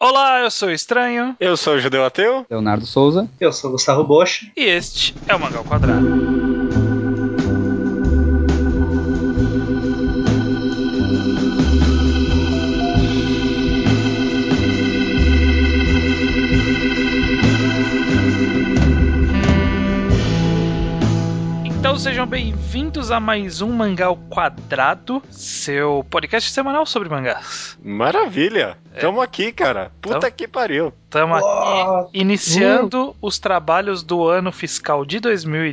Olá, eu sou o Estranho. Eu sou o Judeu Ateu. Leonardo Souza. Eu sou o Gustavo Bosch. E este é o Mangá ao Quadrado. Então sejam bem-vindos a mais um Mangá ao Quadrado, seu podcast semanal sobre mangás. Maravilha! Tamo aqui, cara. Puta que pariu. Estamos aqui iniciando os trabalhos do ano fiscal de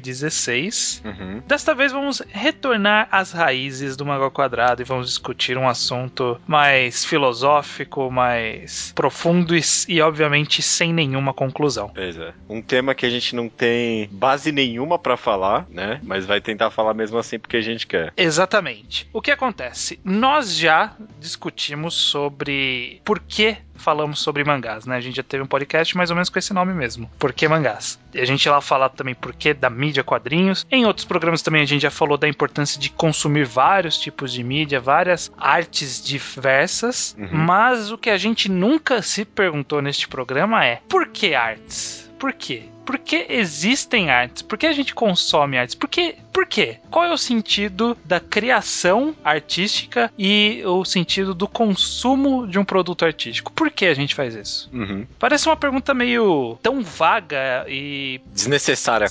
2016. Desta vez vamos retornar às raízes do Mangá ao Quadrado e vamos discutir um assunto mais filosófico, mais profundo e obviamente sem nenhuma conclusão. Pois é. Um tema que a gente não tem base nenhuma pra falar, né? Mas vai tentar falar mesmo assim porque a gente quer. Exatamente. O que acontece? Nós já discutimos sobre por que falamos sobre mangás, né? A gente já teve um podcast mais ou menos com esse nome mesmo. Por que mangás? E a gente lá fala também por que da mídia quadrinhos. Em outros programas também a gente já falou da importância de consumir vários tipos de mídia, várias artes diversas. Mas o que a gente nunca se perguntou neste programa é: por que artes? Por quê? Por que existem artes? Por que a gente consome artes? Por quê? Qual é o sentido da criação artística e o sentido do consumo de um produto artístico? Por que a gente faz isso? Parece uma pergunta meio tão vaga e desnecessária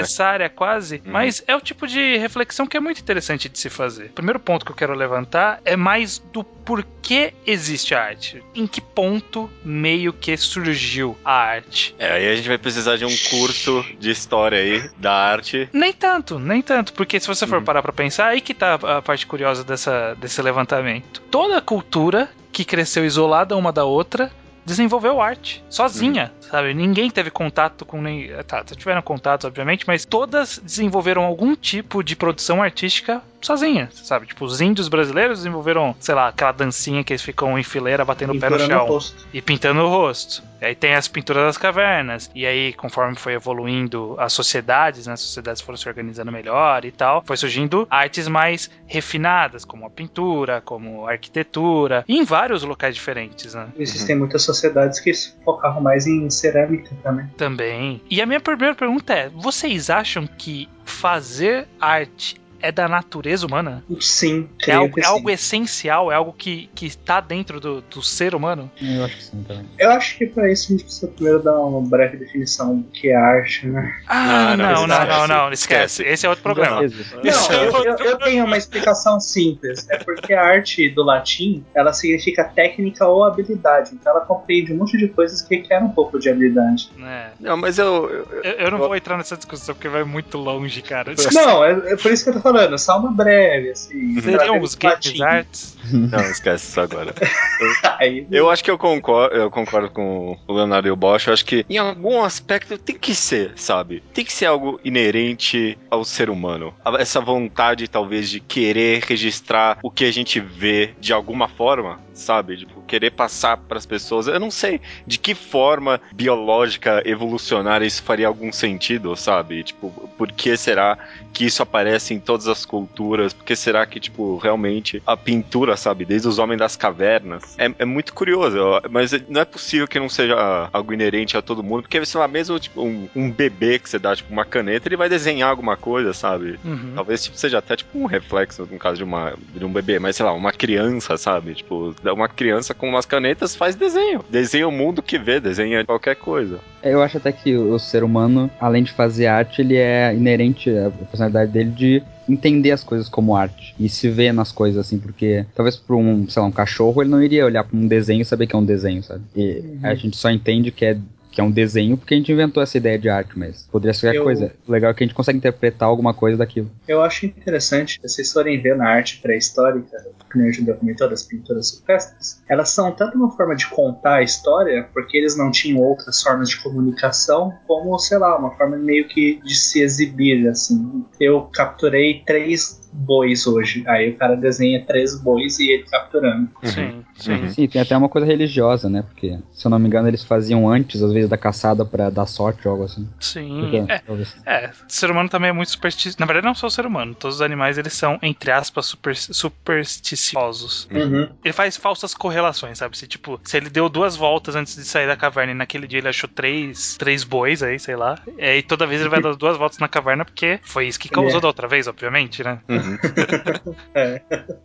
quase, mas é o tipo de reflexão que é muito interessante de se fazer. O primeiro ponto que eu quero levantar é mais do porquê existe a arte. Em que ponto meio que surgiu a arte? Aí a gente vai precisar de um curso de história aí da arte. Nem tanto, porque se você for parar pra pensar, aí que tá a parte curiosa desse levantamento. Toda cultura que cresceu isolada uma da outra desenvolveu arte, sozinha, sabe? Ninguém teve contato com nem... tiveram contato, obviamente, mas todas desenvolveram algum tipo de produção artística sozinha, sabe? Tipo, os índios brasileiros desenvolveram, sei lá, aquela dancinha que eles ficam em fileira batendo o pé no chão e pintando o rosto. E aí tem as pinturas das cavernas. E aí, conforme foi evoluindo as sociedades, né? As sociedades foram se organizando melhor e tal, foi surgindo artes mais refinadas, como a pintura, como a arquitetura, e em vários locais diferentes, né? Existem muitas sociedades que focavam mais em cerâmica Também. E a minha primeira pergunta é: vocês acham que fazer arte é da natureza humana? Sim, é algo essencial? É algo que está dentro do ser humano? Eu acho que sim também. Eu acho que para isso a gente precisa primeiro dar uma breve definição do que é arte, né? Não, esquece. Esse é outro programa. Eu tenho uma explicação simples. É porque a arte do latim, ela significa técnica ou habilidade. Então ela compreende um monte de coisas que requerem um pouco de habilidade. Não, mas eu não vou entrar nessa discussão porque vai muito longe, cara. Não, é por isso que eu tô falando. Só uma breve, assim. Seriam os games arts? Não, esquece isso agora. Eu acho que eu concordo com o Leonardo e o Bosch. Eu acho que em algum aspecto tem que ser, sabe? Tem que ser algo inerente ao ser humano. Essa vontade, talvez, de querer registrar o que a gente vê de alguma forma, sabe? Tipo, querer passar para as pessoas. Eu não sei de que forma biológica, evolucionária isso faria algum sentido, sabe? Tipo, por que será que isso aparece em todas as culturas? Por que será que, tipo, realmente a pintura, sabe? Desde os homens das cavernas. É muito curioso, mas não é possível que não seja algo inerente a todo mundo, porque, sei lá, mesmo, tipo, um bebê que você dá, tipo, uma caneta, ele vai desenhar alguma coisa, sabe? Talvez, tipo, seja até, tipo, um reflexo, no caso de um bebê, mas, sei lá, uma criança, sabe? Tipo, uma criança com umas canetas faz desenho. Desenha o mundo que vê, desenha qualquer coisa. Eu acho até que o ser humano, além de fazer arte, ele é inerente à personalidade dele de entender as coisas como arte e se ver nas coisas assim, porque talvez para um cachorro ele não iria olhar para um desenho e saber que é um desenho, sabe? E a gente só entende que é um desenho porque a gente inventou essa ideia de arte, mas poderia ser qualquer coisa. O legal é que a gente consegue interpretar alguma coisa daquilo. Eu acho interessante, se vocês forem ver na arte pré-histórica, que nem o Judeu comentou, das pinturas rupestres, elas são tanto uma forma de contar a história, porque eles não tinham outras formas de comunicação, como, sei lá, uma forma meio que de se exibir, assim. Eu capturei 3 bois hoje. Aí o cara desenha 3 bois e ele capturando. Sim, sim. Sim, tem até uma coisa religiosa, né? Porque, se eu não me engano, eles faziam antes, às vezes, da caçada pra dar sorte ou algo assim. Sim. Porque, O ser humano também é muito supersticioso. Na verdade, não só o ser humano. Todos os animais, eles são, entre aspas, supersticiosos. Uhum. Ele faz falsas correlações, sabe? Se ele deu 2 voltas antes de sair da caverna e naquele dia ele achou 3 bois aí, sei lá. E toda vez ele vai dar 2 voltas na caverna porque foi isso que causou da outra vez, obviamente, né? Uhum. É.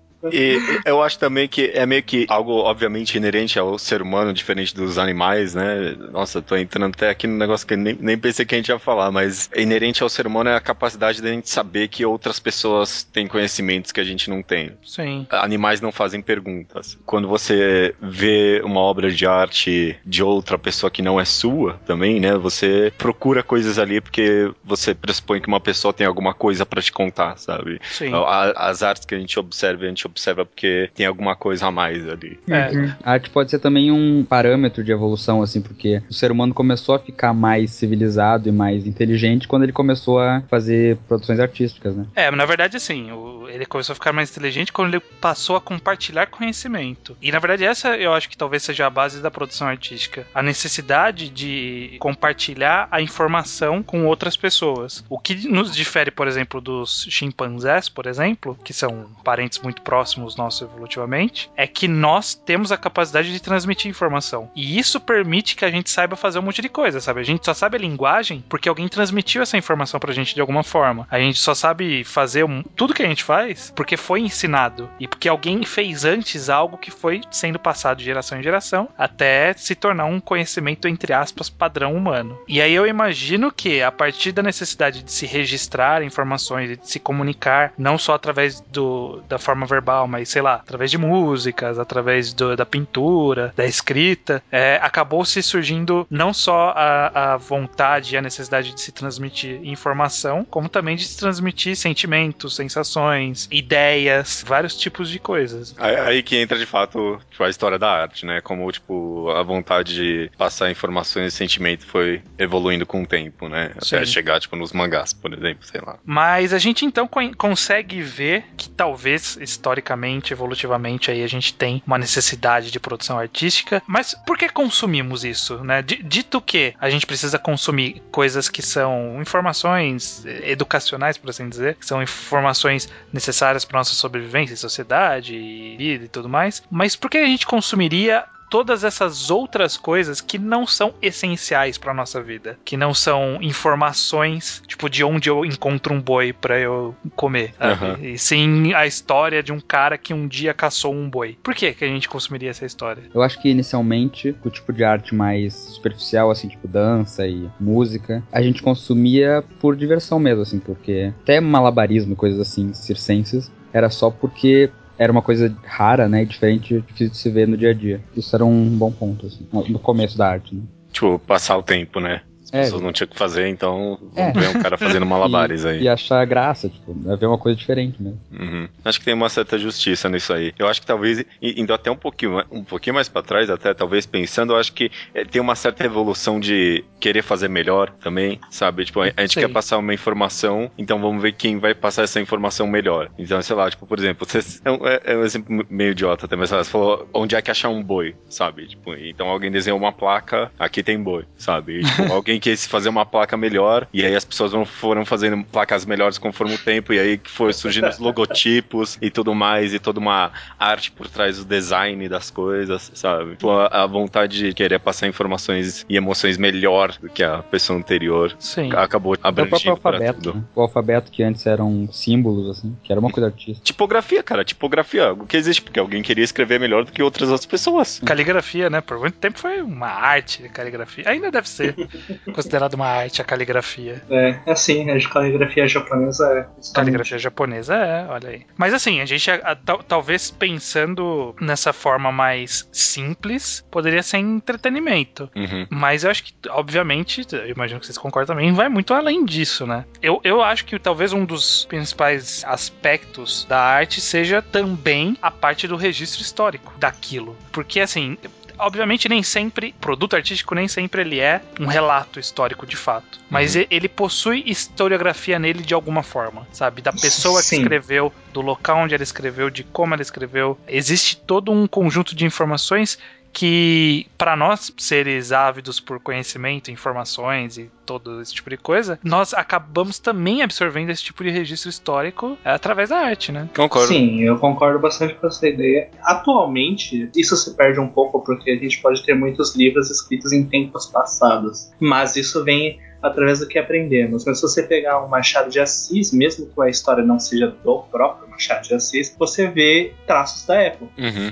E eu acho também que é meio que algo, obviamente, inerente ao ser humano, diferente dos animais, né? Nossa, tô entrando até aqui no negócio que eu nem pensei que a gente ia falar, mas inerente ao ser humano é a capacidade de a gente saber que outras pessoas têm conhecimentos que a gente não tem. Sim. Animais não fazem perguntas. Quando você vê uma obra de arte de outra pessoa que não é sua também, né? Você procura coisas ali porque você pressupõe que uma pessoa tem alguma coisa pra te contar, sabe? Sim. As artes que a gente observa porque tem alguma coisa a mais ali. Uhum. A arte pode ser também um parâmetro de evolução, assim, porque o ser humano começou a ficar mais civilizado e mais inteligente quando ele começou a fazer produções artísticas, né? Na verdade, assim, ele começou a ficar mais inteligente quando ele passou a compartilhar conhecimento. E, na verdade, essa eu acho que talvez seja a base da produção artística. A necessidade de compartilhar a informação com outras pessoas. O que nos difere, por exemplo, dos chimpanzés, por exemplo, que são parentes muito próximos nossos evolutivamente, é que nós temos a capacidade de transmitir informação. E isso permite que a gente saiba fazer um monte de coisa, sabe? A gente só sabe a linguagem porque alguém transmitiu essa informação pra gente de alguma forma. A gente só sabe fazer tudo que a gente faz porque foi ensinado e porque alguém fez antes algo que foi sendo passado de geração em geração até se tornar um conhecimento, entre aspas, padrão humano. E aí eu imagino que a partir da necessidade de se registrar informações e de se comunicar, não só através da forma verbal, mas sei lá, através de músicas, através da pintura, da escrita, acabou se surgindo não só a vontade e a necessidade de se transmitir informação, como também de se transmitir sentimentos, sensações, ideias, vários tipos de coisas. Aí que entra de fato tipo, a história da arte, né? Como tipo a vontade de passar informações e sentimento foi evoluindo com o tempo, né? Até chegar tipo nos mangás, por exemplo, sei lá. Mas a gente então consegue ver que talvez historicamente, evolutivamente, aí a gente tem uma necessidade de produção artística, mas por que consumimos isso, né? Dito que a gente precisa consumir coisas que são informações educacionais, por assim dizer, que são informações necessárias para nossa sobrevivência em sociedade, vida e tudo mais, mas por que a gente consumiria todas essas outras coisas que não são essenciais pra nossa vida, que não são informações, tipo, de onde eu encontro um boi pra eu comer, sabe? Uhum. E sim a história de um cara que um dia caçou um boi. Por que a gente consumiria essa história? Eu acho que inicialmente o tipo de arte mais superficial, assim, tipo dança e música, a gente consumia por diversão mesmo, assim, porque até malabarismo e coisas assim, circenses, era só porque era uma coisa rara, né, e diferente, difícil de se ver no dia a dia. Isso era um bom ponto, assim, no começo da arte, né? Tipo, passar o tempo, né? As pessoas não tinham o que fazer, então vamos ver um cara fazendo malabares aí. E achar graça, tipo, ver uma coisa diferente mesmo. Uhum. Acho que tem uma certa justiça nisso aí. Eu acho que talvez, indo até um pouquinho mais pra trás, até talvez pensando, eu acho que tem uma certa evolução de querer fazer melhor também, sabe? Tipo, a gente quer passar uma informação, então vamos ver quem vai passar essa informação melhor. Então, sei lá, tipo, por exemplo, é um exemplo meio idiota até, mas você falou onde é que achar um boi, sabe? Tipo, então alguém desenhou uma placa, aqui tem boi, sabe? E, tipo, alguém quis fazer uma placa melhor, e aí as pessoas foram fazendo placas melhores conforme o tempo, e aí foi surgindo os logotipos e tudo mais, e toda uma arte por trás do design das coisas, sabe? Tipo, a vontade de querer passar informações e emoções melhor do que a pessoa anterior. Sim. Acabou abrangendo pra tudo. Né? O alfabeto que antes eram símbolos, assim, que era uma coisa artística. Tipografia, cara, tipografia, algo que existe, porque alguém queria escrever melhor do que outras pessoas. Caligrafia, né? Por muito tempo foi uma arte de caligrafia. Ainda deve ser considerado uma arte a caligrafia. Assim, a caligrafia japonesa Caligrafia japonesa olha aí. Mas assim, a gente talvez pensando nessa forma mais simples, poderia ser entretenimento. Uhum. Mas eu acho que, obviamente, eu imagino que vocês concordam também, vai muito além disso, né? Eu acho que talvez um dos principais aspectos da arte seja também a parte do registro histórico daquilo. Porque, assim, obviamente nem sempre, produto artístico nem sempre ele é um relato histórico de fato, mas ele possui historiografia nele de alguma forma, sabe? Da pessoa que escreveu, do local onde ela escreveu, de como ela escreveu. Existe todo um conjunto de informações que, para nós, seres ávidos por conhecimento, informações e todo esse tipo de coisa, nós acabamos também absorvendo esse tipo de registro histórico através da arte, né? Concordo. Sim, eu concordo bastante com essa ideia. Atualmente, isso se perde um pouco porque a gente pode ter muitos livros escritos em tempos passados, mas isso vem através do que aprendemos. Mas se você pegar um Machado de Assis, mesmo que a história não seja do próprio Machado de Assis, você vê traços da época.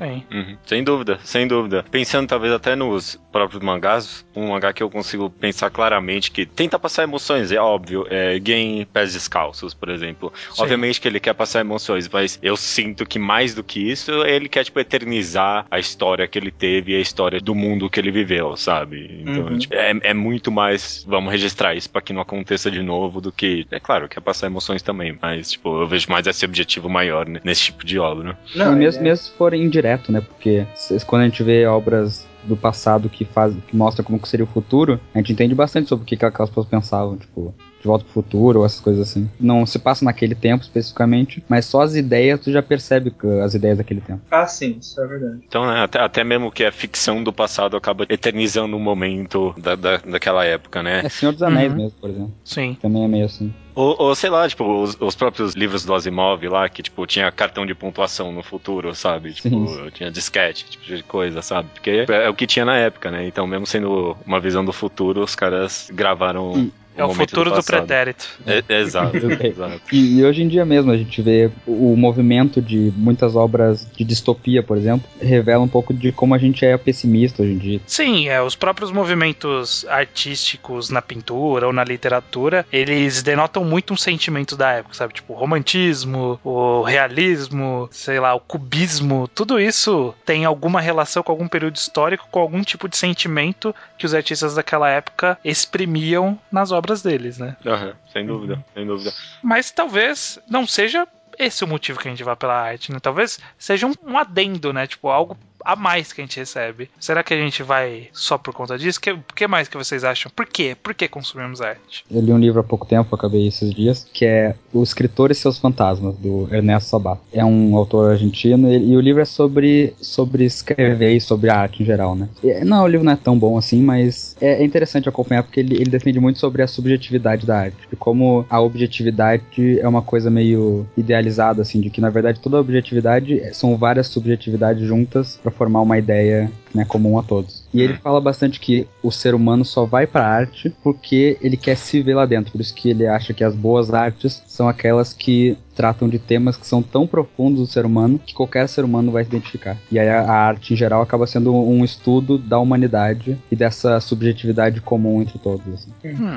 Sem dúvida, sem dúvida. Pensando talvez até nos próprios mangás, um mangá que eu consigo pensar claramente que tenta passar emoções, é óbvio, Gen Pés Descalços, por exemplo. Sim. Obviamente que ele quer passar emoções, mas eu sinto que mais do que isso, ele quer, tipo, eternizar a história que ele teve e a história do mundo que ele viveu, sabe? Então, tipo, é muito mais, vamos registrar isso pra que não aconteça de novo do que, é claro, quer passar emoções também, mas, tipo, eu vejo mais esse objetivo maior, né, nesse tipo de obra. Não, mesmo se for indireto, né, porque quando a gente vê obras do passado que mostra como que seria o futuro, a gente entende bastante sobre o que aquelas pessoas pensavam, tipo, De Volta pro Futuro ou essas coisas assim. Não se passa naquele tempo especificamente, mas só as ideias tu já percebe as ideias daquele tempo. Ah, sim, isso é verdade. Então, né, até mesmo que a ficção do passado acaba eternizando um momento daquela época, né? É Senhor dos Anéis mesmo, por exemplo. Sim. Também é meio assim. Ou sei lá, tipo, os próprios livros do Asimov lá, que, tipo, tinha cartão de pontuação no futuro, sabe? Tipo, Sim. tinha disquete, tipo de coisa, sabe? Porque é o que tinha na época, né? Então, mesmo sendo uma visão do futuro, os caras gravaram... É o futuro do pretérito. Exato, exato. E hoje em dia mesmo a gente vê o movimento de muitas obras de distopia, por exemplo, revela um pouco de como a gente é pessimista hoje em dia. Sim, os próprios movimentos artísticos na pintura ou na literatura, eles denotam muito um sentimento da época, sabe? Tipo, o romantismo, o realismo, sei lá, o cubismo, tudo isso tem alguma relação com algum período histórico, com algum tipo de sentimento que os artistas daquela época exprimiam nas obras deles, né? Sem dúvida, sem dúvida. Mas talvez não seja esse o motivo que a gente vá pela arte, né? Talvez seja um adendo, né? Tipo, algo a mais que a gente recebe. Será que a gente vai só por conta disso? O que mais que vocês acham? Por quê? Por que consumimos arte? Eu li um livro há pouco tempo, acabei esses dias, que é O Escritor e Seus Fantasmas, do Ernesto Sabato. É um autor argentino e o livro é sobre escrever e sobre a arte em geral, né? Não, o livro não é tão bom assim, mas é interessante acompanhar porque ele defende muito sobre a subjetividade da arte. E como a objetividade é uma coisa meio idealizada, assim, de que na verdade toda objetividade são várias subjetividades juntas para formar uma ideia, né, comum a todos. E ele fala bastante que o ser humano só vai pra arte porque ele quer se ver lá dentro. Por isso que ele acha que as boas artes são aquelas que tratam de temas que são tão profundos do ser humano que qualquer ser humano vai se identificar. E aí a arte em geral acaba sendo um estudo da humanidade e dessa subjetividade comum entre todos. Assim.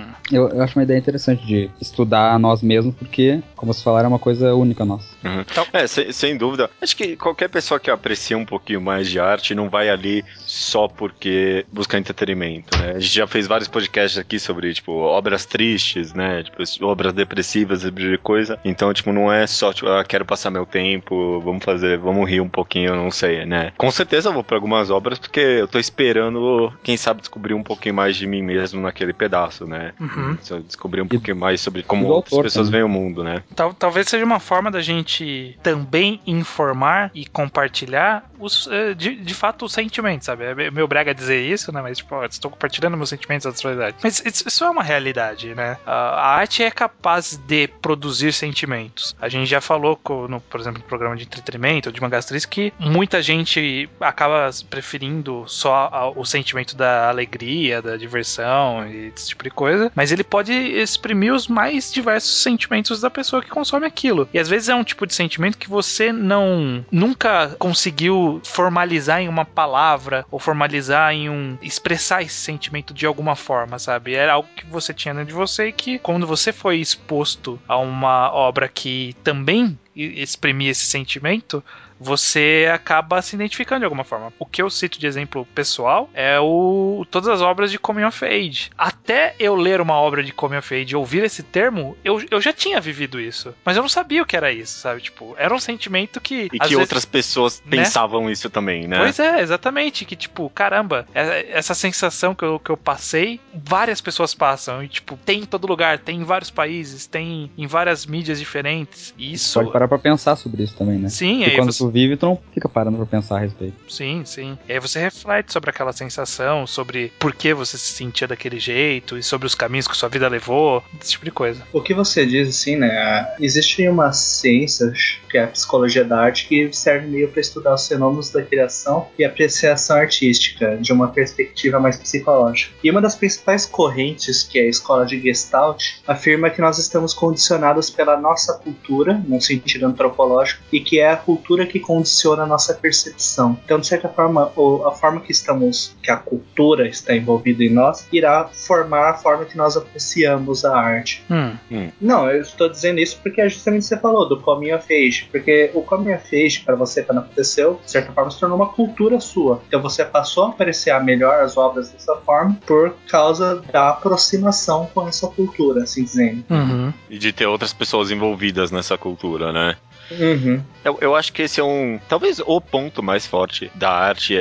Eu acho uma ideia interessante de estudar a nós mesmos porque, como vocês falaram, é uma coisa única nossa. Sem dúvida. Acho que qualquer pessoa que aprecia um pouquinho mais de arte não vai ali só porque busca entretenimento, né? A gente já fez vários podcasts aqui sobre, tipo, obras tristes, né? Tipo, obras depressivas, esse tipo de coisa. Então, tipo, não é só, tipo, quero passar meu tempo, vamos rir um pouquinho, não sei, né? Com certeza eu vou pra algumas obras porque eu tô esperando, quem sabe, descobrir um pouquinho mais de mim mesmo naquele pedaço, né? Descobrir um pouquinho mais sobre como outras pessoas veem o mundo, né? Talvez seja uma forma da gente também informar e compartilhar de fato os sentimentos, sabe? É meio brega dizer isso, né? Mas, tipo, estou compartilhando meus sentimentos da atualidade. Mas isso é uma realidade, né? A arte é capaz de produzir sentimentos. A gente já falou, por exemplo, no programa de entretenimento, de mangás tristes, que muita gente acaba preferindo só o sentimento da alegria, da diversão e esse tipo de coisa, mas ele pode exprimir os mais diversos sentimentos da pessoa que consome aquilo. E às vezes é um tipo de sentimento que você nunca conseguiu formalizar em uma palavra ou formalizar expressar esse sentimento de alguma forma, sabe? Era algo que você tinha dentro de você e que quando você foi exposto a uma obra que também exprimia esse sentimento, você acaba se identificando de alguma forma. O que eu cito de exemplo pessoal é todas as obras de Coming of Age. Até eu ler uma obra de Coming of Age e ouvir esse termo, eu já tinha vivido isso. Mas eu não sabia o que era isso, sabe? Tipo, era um sentimento que... E que outras pessoas pensavam isso também, né? Pois é, exatamente. Que tipo, caramba, essa sensação que eu passei, várias pessoas passam. E tipo, tem em todo lugar, tem em vários países, tem em várias mídias diferentes. E isso... Pode parar pra pensar sobre isso também, né? Sim, e quando tu vive, tu não fica parando pra pensar a respeito. Sim, sim. E aí você reflete sobre aquela sensação, sobre por que você se sentia daquele jeito e sobre os caminhos que sua vida levou, esse tipo de coisa. O que você diz, assim, né? Existe uma ciência, que é a psicologia da arte, que serve meio para estudar os fenômenos da criação e apreciação artística, de uma perspectiva mais psicológica. E uma das principais correntes, que é a escola de Gestalt, afirma que nós estamos condicionados pela nossa cultura, num sentido antropológico, e que é a cultura que condiciona a nossa percepção. Então, de certa forma, a forma que a cultura está envolvida em nós, irá formar a forma que nós apreciamos a arte. Não, eu estou dizendo isso porque é justamente o que você falou, do Coming of Age. Porque o Coming of Age, para você, quando aconteceu, de certa forma, se tornou uma cultura sua. Então você passou a apreciar melhor as obras dessa forma por causa da aproximação com essa cultura, assim dizendo. E de ter outras pessoas envolvidas nessa cultura, né? Uhum. Eu acho que esse é talvez o ponto mais forte da arte.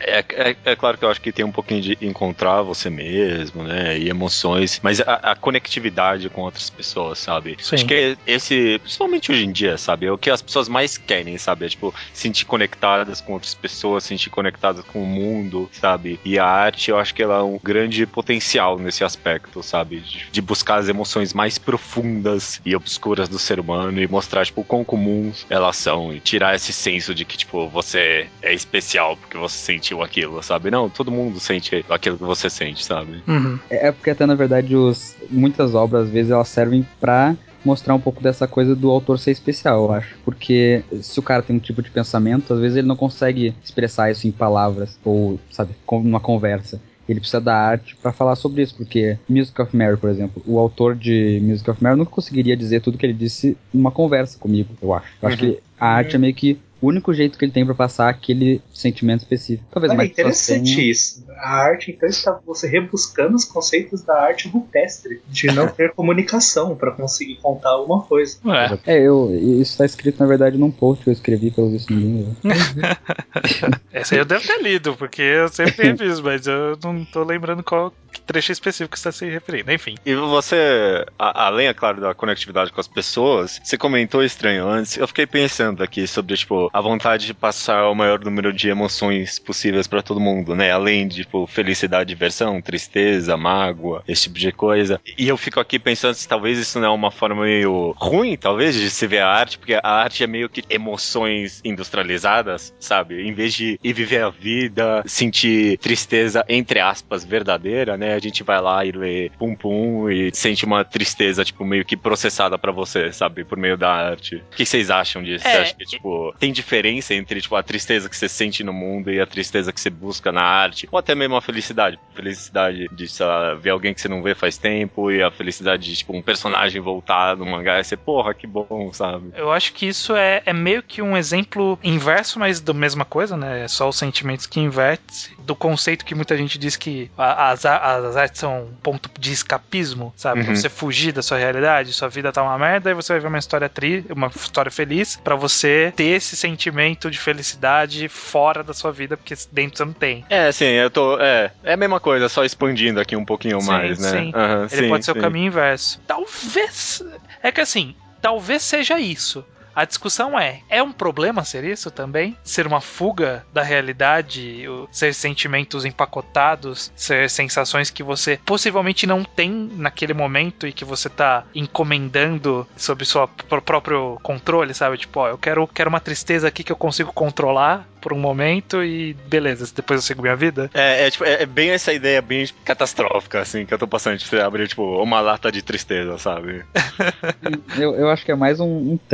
É claro que eu acho que tem um pouquinho de encontrar você mesmo, né? E emoções, mas a conectividade com outras pessoas, sabe? Sim. Acho que esse, principalmente hoje em dia, sabe? É o que as pessoas mais querem, sabe? É tipo, sentir conectadas com outras pessoas, sentir conectadas com o mundo, sabe? E a arte, eu acho que ela é um grande potencial nesse aspecto, sabe? De buscar as emoções mais profundas e obscuras do ser humano e mostrar, tipo, o quão comum elas são e tirar esse senso de que, tipo, você é especial porque você sentiu aquilo, sabe? Não, todo mundo sente aquilo que você sente, sabe? É porque até, na verdade, muitas obras, às vezes, elas servem pra mostrar um pouco dessa coisa do autor ser especial, eu acho. Porque se o cara tem um tipo de pensamento, às vezes ele não consegue expressar isso em palavras ou, sabe, numa conversa. Ele precisa da arte pra falar sobre isso, porque Music of Mary, por exemplo, o autor de Music of Mary nunca conseguiria dizer tudo que ele disse numa conversa comigo, eu acho. Eu acho que a arte é meio que o único jeito que ele tem pra passar aquele sentimento específico. Talvez mais interessante isso. A arte, então, está você rebuscando os conceitos da arte rupestre, de não ter comunicação pra conseguir contar alguma coisa. Isso tá escrito, na verdade, num post que eu escrevi, pelo visto ninguém viu. Essa aí eu devo ter lido, porque eu sempre reviso, mas eu não tô lembrando qual trecho específico que você está se referindo. Enfim. E você, além, é claro, da conectividade com as pessoas, você comentou estranho antes, eu fiquei pensando aqui sobre, tipo, a vontade de passar o maior número de emoções possíveis pra todo mundo, né? Além de, tipo, felicidade, diversão, tristeza, mágoa, esse tipo de coisa. E eu fico aqui pensando se talvez isso não é uma forma meio ruim, talvez, de se ver a arte, porque a arte é meio que emoções industrializadas, sabe? Em vez de ir viver a vida, sentir tristeza, entre aspas, verdadeira, né? A gente vai lá e lê Pum Pum e sente uma tristeza, tipo, meio que processada pra você, sabe? Por meio da arte. O que vocês acham disso? Você acha que, tipo, tem diferença entre, tipo, a tristeza que você sente no mundo e a tristeza que você busca na arte? Ou até mesmo a felicidade. Felicidade de, sei lá, ver alguém que você não vê faz tempo e a felicidade de, tipo, um personagem voltar no mangá e ser, porra, que bom, sabe? Eu acho que isso é meio que um exemplo inverso, mas da mesma coisa, né? É só os sentimentos que inverte do conceito que muita gente diz que as artes são um ponto de escapismo, sabe? Pra você fugir da sua realidade, sua vida tá uma merda, e você vai ver uma história uma história feliz, pra você ter esse sentimento de felicidade fora da sua vida, porque dentro você não tem. Sim, eu tô... É a mesma coisa, só expandindo aqui um pouquinho mais, né? Sim. Ele pode ser o caminho inverso. Talvez... É que assim, talvez seja isso. A discussão é um problema ser isso também? Ser uma fuga da realidade, ser sentimentos empacotados, ser sensações que você possivelmente não tem naquele momento e que você tá encomendando sob seu próprio controle, sabe? Tipo, ó, eu quero uma tristeza aqui que eu consigo controlar por um momento e beleza, depois eu sigo minha vida. É bem essa ideia bem catastrófica, assim, que eu tô passando de você abrir, tipo, uma lata de tristeza, sabe? Eu acho que é mais um treino.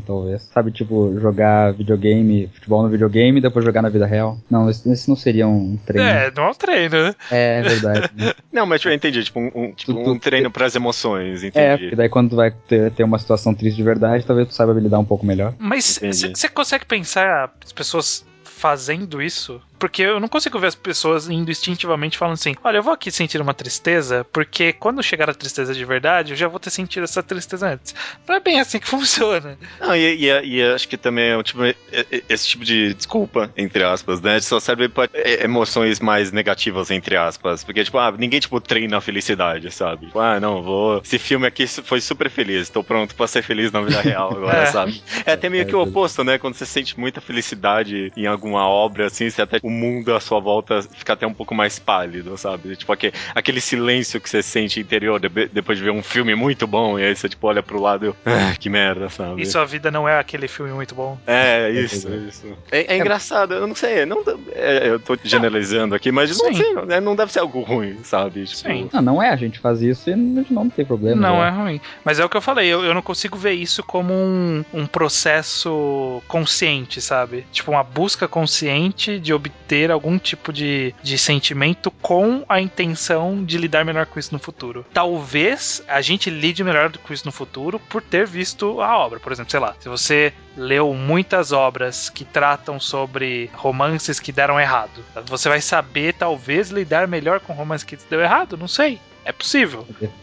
talvez. Sabe, tipo, jogar videogame, futebol no videogame e depois jogar na vida real. Não, esse não seria um treino. Não é um treino, né? É verdade. Né? Não, mas eu entendi, tipo, um treino pras emoções, entendi. Porque daí quando tu vai ter uma situação triste de verdade, talvez tu saiba lidar um pouco melhor. Mas você consegue pensar as pessoas fazendo isso? Porque eu não consigo ver as pessoas indo instintivamente falando assim, olha, eu vou aqui sentir uma tristeza, porque quando chegar a tristeza de verdade, eu já vou ter sentido essa tristeza antes. Não é bem assim que funciona. Não, e acho que também é esse tipo de desculpa, entre aspas, né? Só serve pra emoções mais negativas, entre aspas. Porque, tipo, ninguém, tipo, treina a felicidade, sabe? Tipo, não, esse filme aqui foi super feliz, tô pronto pra ser feliz na vida real agora, sabe? É até meio que o oposto, né? Quando você sente muita felicidade em alguma obra, assim, você até o mundo à sua volta fica até um pouco mais pálido, sabe? Tipo, aquele silêncio que você sente interior depois de ver um filme muito bom, e aí você, tipo, olha pro lado e que merda, sabe? E sua vida não é aquele filme muito bom. Isso. É engraçado, eu não sei, eu tô generalizando aqui, mas não sei, não deve ser algo ruim, sabe? Tipo, sim. Não é, a gente faz isso e não tem problema. Não é ruim. Mas é o que eu falei, eu não consigo ver isso como um processo consciente, sabe? Tipo, uma busca consciente de obter algum tipo de sentimento com a intenção de lidar melhor com isso no futuro. Talvez a gente lide melhor com isso no futuro por ter visto a obra. Por exemplo, sei lá, se você leu muitas obras que tratam sobre romances que deram errado, você vai saber, talvez, lidar melhor com romances que deu errado? Não sei. É possível.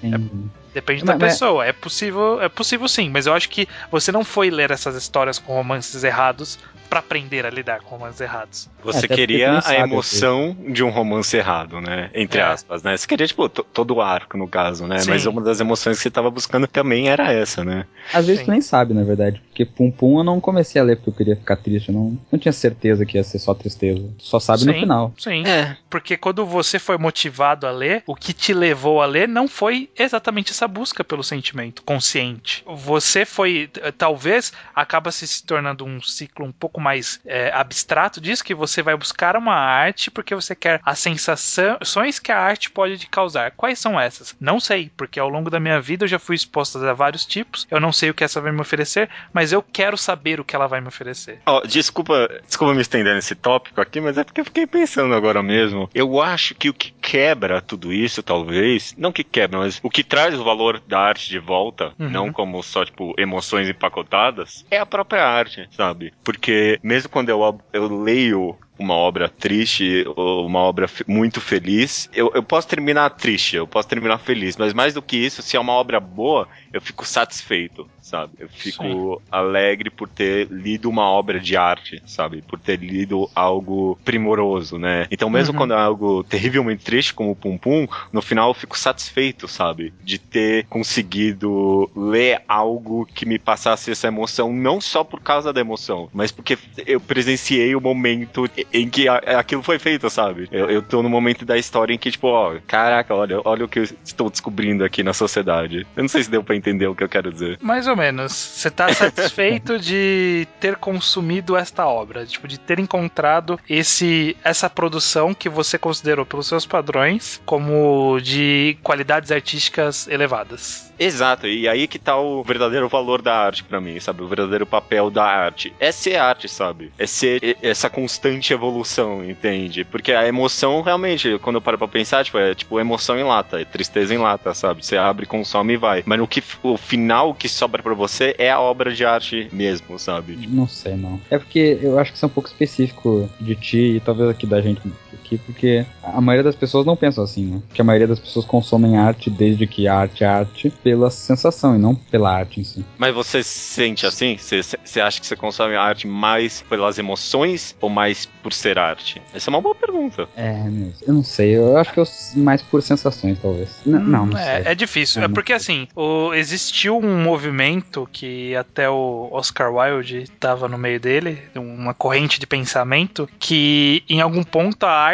Depende da pessoa. É possível sim, mas eu acho que você não foi ler essas histórias com romances errados pra aprender a lidar com romances errados. Você queria a emoção de um romance errado, né? Entre aspas, né? Você queria, tipo, todo o arco, no caso, né? Sim. Mas uma das emoções que você tava buscando também era essa, né? Às vezes tu nem sabe, na verdade. Porque Pum Pum eu não comecei a ler porque eu queria ficar triste. Eu não tinha certeza que ia ser só tristeza. Tu só sabe no final. Sim, porque quando você foi motivado a ler, o que te levou a ler não foi exatamente essa busca pelo sentimento consciente. Você foi, talvez, acaba se tornando um ciclo um pouco mais abstrato disso, que você vai buscar uma arte porque você quer as sensações que a arte pode te causar. Quais são essas? Não sei, porque ao longo da minha vida eu já fui exposto a vários tipos, eu não sei o que essa vai me oferecer, mas eu quero saber o que ela vai me oferecer. Desculpa me estender nesse tópico aqui, mas é porque eu fiquei pensando agora mesmo. Eu acho que o que quebra tudo isso, talvez, não que quebra, mas o que traz o valor da arte de volta, não como só, tipo, emoções empacotadas, é a própria arte, sabe? Porque mesmo quando eu leio uma obra triste ou uma obra muito feliz, eu posso terminar triste, eu posso terminar feliz, mas mais do que isso, se é uma obra boa, eu fico satisfeito, sabe? Eu fico alegre por ter lido uma obra de arte, sabe? Por ter lido algo primoroso, né? Então mesmo quando é algo terrivelmente triste, como o Pum Pum, no final eu fico satisfeito, sabe? De ter conseguido ler algo que me passasse essa emoção, não só por causa da emoção, mas porque eu presenciei o momento em que aquilo foi feito, sabe? Eu tô no momento da história em que, tipo, caraca, olha o que eu estou descobrindo aqui na sociedade. Eu não sei se deu pra entender o que eu quero dizer. Mais ou menos. Você tá satisfeito de ter consumido esta obra, tipo, de ter encontrado essa produção que você considerou pelos seus padrões como de qualidades artísticas elevadas. Exato, e aí que tá o verdadeiro valor da arte pra mim, sabe? O verdadeiro papel da arte. É ser arte, sabe? É ser essa constante evolução, entende? Porque a emoção, realmente, quando eu paro pra pensar, é tipo emoção em lata, é tristeza em lata, sabe? Você abre, consome e vai. Mas o final que sobra pra você é a obra de arte mesmo, sabe? Não sei, não. É porque eu acho que isso é um pouco específico de ti e talvez aqui da gente aqui, porque a maioria das pessoas não pensam assim, né? Porque a maioria das pessoas consomem arte desde que a arte é arte pela sensação e não pela arte em si. Mas você se sente assim? Você acha que você consome a arte mais pelas emoções ou mais por ser arte? Essa é uma boa pergunta. Eu não sei. Eu acho que eu mais por sensações, talvez. Não sei. É difícil. É porque, assim, existiu um movimento que até o Oscar Wilde estava no meio dele, uma corrente de pensamento, que em algum ponto a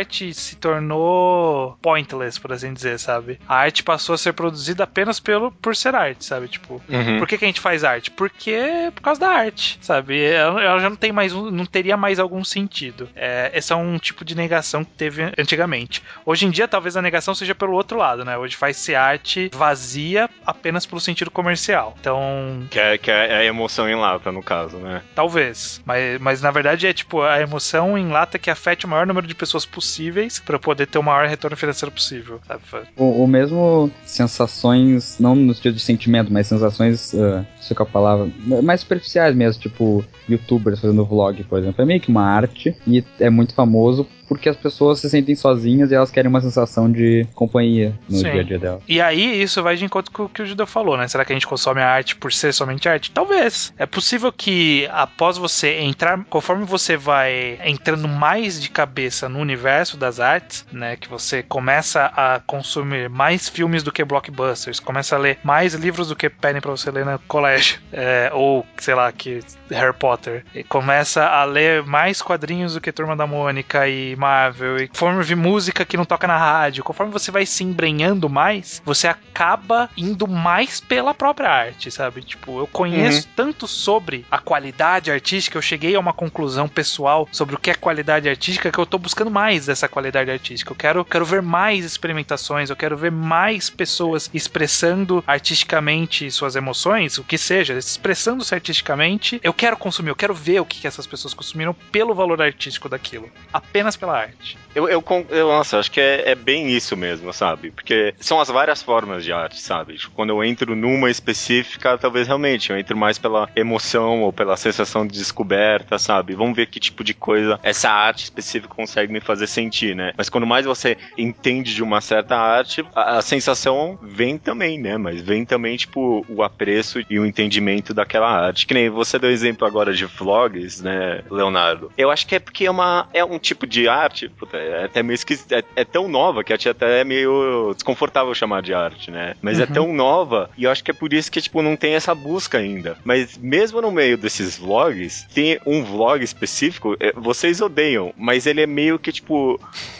arte se tornou pointless, por assim dizer, sabe? A arte passou a ser produzida apenas por ser arte, sabe? Tipo, por que a gente faz arte? Por causa da arte, sabe? Ela já não tem mais, não teria mais algum sentido. Esse é um tipo de negação que teve antigamente. Hoje em dia, talvez a negação seja pelo outro lado, né? Hoje faz-se arte vazia apenas pelo sentido comercial. Então... Que é a emoção em lata, no caso, né? Talvez. Mas na verdade é tipo a emoção em lata que afete o maior número de pessoas possíveis para poder ter o maior retorno financeiro possível, sabe? O mesmo sensações, não no sentido de sentimento, mas sensações, não sei qual a palavra, mais superficiais mesmo, tipo youtubers fazendo vlog, por exemplo. É meio que uma arte e é muito famoso porque as pessoas se sentem sozinhas e elas querem uma sensação de companhia no dia a dia delas. E aí isso vai de encontro com o que o Judeu falou, né? Será que a gente consome a arte por ser somente arte? Talvez. É possível que após você entrar, conforme você vai entrando mais de cabeça no universo das artes, né? Que você começa a consumir mais filmes do que blockbusters, começa a ler mais livros do que pedem pra você ler no colégio, ou sei lá, que Harry Potter, e começa a ler mais quadrinhos do que Turma da Mônica e Marvel, e conforme ouvir música que não toca na rádio, conforme você vai se embrenhando mais, você acaba indo mais pela própria arte, sabe? Tipo, eu conheço tanto sobre a qualidade artística, eu cheguei a uma conclusão pessoal sobre o que é qualidade artística, que eu tô buscando mais dessa qualidade artística. Eu quero ver mais experimentações, eu quero ver mais pessoas expressando artisticamente suas emoções, o que seja, expressando-se artisticamente. Eu quero consumir, eu quero ver o que essas pessoas consumiram pelo valor artístico daquilo. Apenas pela arte. Nossa, acho que é bem isso mesmo, sabe? Porque são as várias formas de arte, sabe? Quando eu entro numa específica, talvez realmente eu entro mais pela emoção ou pela sensação de descoberta, sabe? Vamos ver que tipo de coisa essa arte específica consegue me fazer sentir, né? Mas quando mais você entende de uma certa arte, a sensação vem também, né? Mas vem também, tipo, o apreço e o entendimento daquela arte. Que nem você deu exemplo agora de vlogs, né, Leonardo? Eu acho que é porque é um tipo de arte, puta, é até meio esquisito, é tão nova que até é meio desconfortável chamar de arte, né? Mas é tão nova e eu acho que é por isso que, tipo, não tem essa busca ainda. Mas mesmo no meio desses vlogs, tem um vlog específico, vocês odeiam, mas ele é meio que, tipo...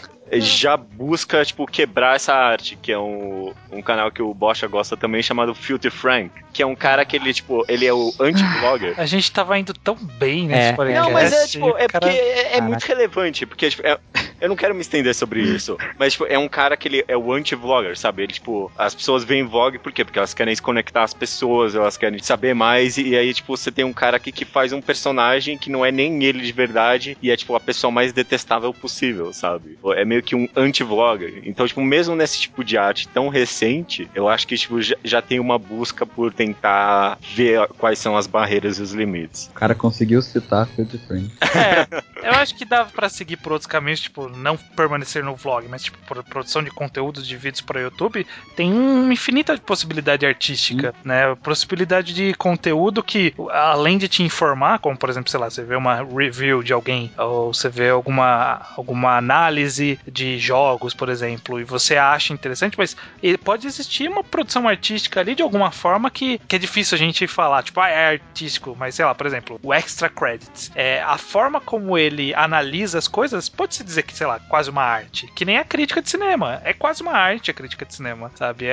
já busca, tipo, quebrar essa arte, que é um canal que o Bocha gosta também, chamado Filthy Frank, que é um cara que ele, tipo, ele é o anti-vlogger. A gente tava indo tão bem nesse podcast. Não, mas tipo, cara... porque é muito relevante, porque, tipo, eu não quero me estender sobre isso, mas, tipo, é um cara que ele é o anti-vlogger, sabe? Ele, tipo, as pessoas veem vlog, por quê? Porque elas querem se conectar às pessoas, elas querem saber mais, e aí, tipo, você tem um cara aqui que faz um personagem que não é nem ele de verdade, e é, tipo, a pessoa mais detestável possível, sabe? É meio que um anti-vlogger. Então, tipo, mesmo nesse tipo de arte tão recente, eu acho que, tipo, já tem uma busca por tentar ver quais são as barreiras e os limites. O cara conseguiu citar Filthy Frank. Eu acho que dá pra seguir por outros caminhos, tipo, não permanecer no vlog, mas, tipo, por produção de conteúdos de vídeos para YouTube, tem uma infinita possibilidade artística, né? Possibilidade de conteúdo que, além de te informar, como, por exemplo, sei lá, você vê uma review de alguém, ou você vê alguma análise de jogos, por exemplo, e você acha interessante, mas pode existir uma produção artística ali de alguma forma que é difícil a gente falar, tipo, é artístico, mas sei lá, por exemplo, o Extra Credits. A forma como ele analisa as coisas, pode-se dizer que, sei lá, quase uma arte. Que nem a crítica de cinema. É quase uma arte a crítica de cinema, sabe?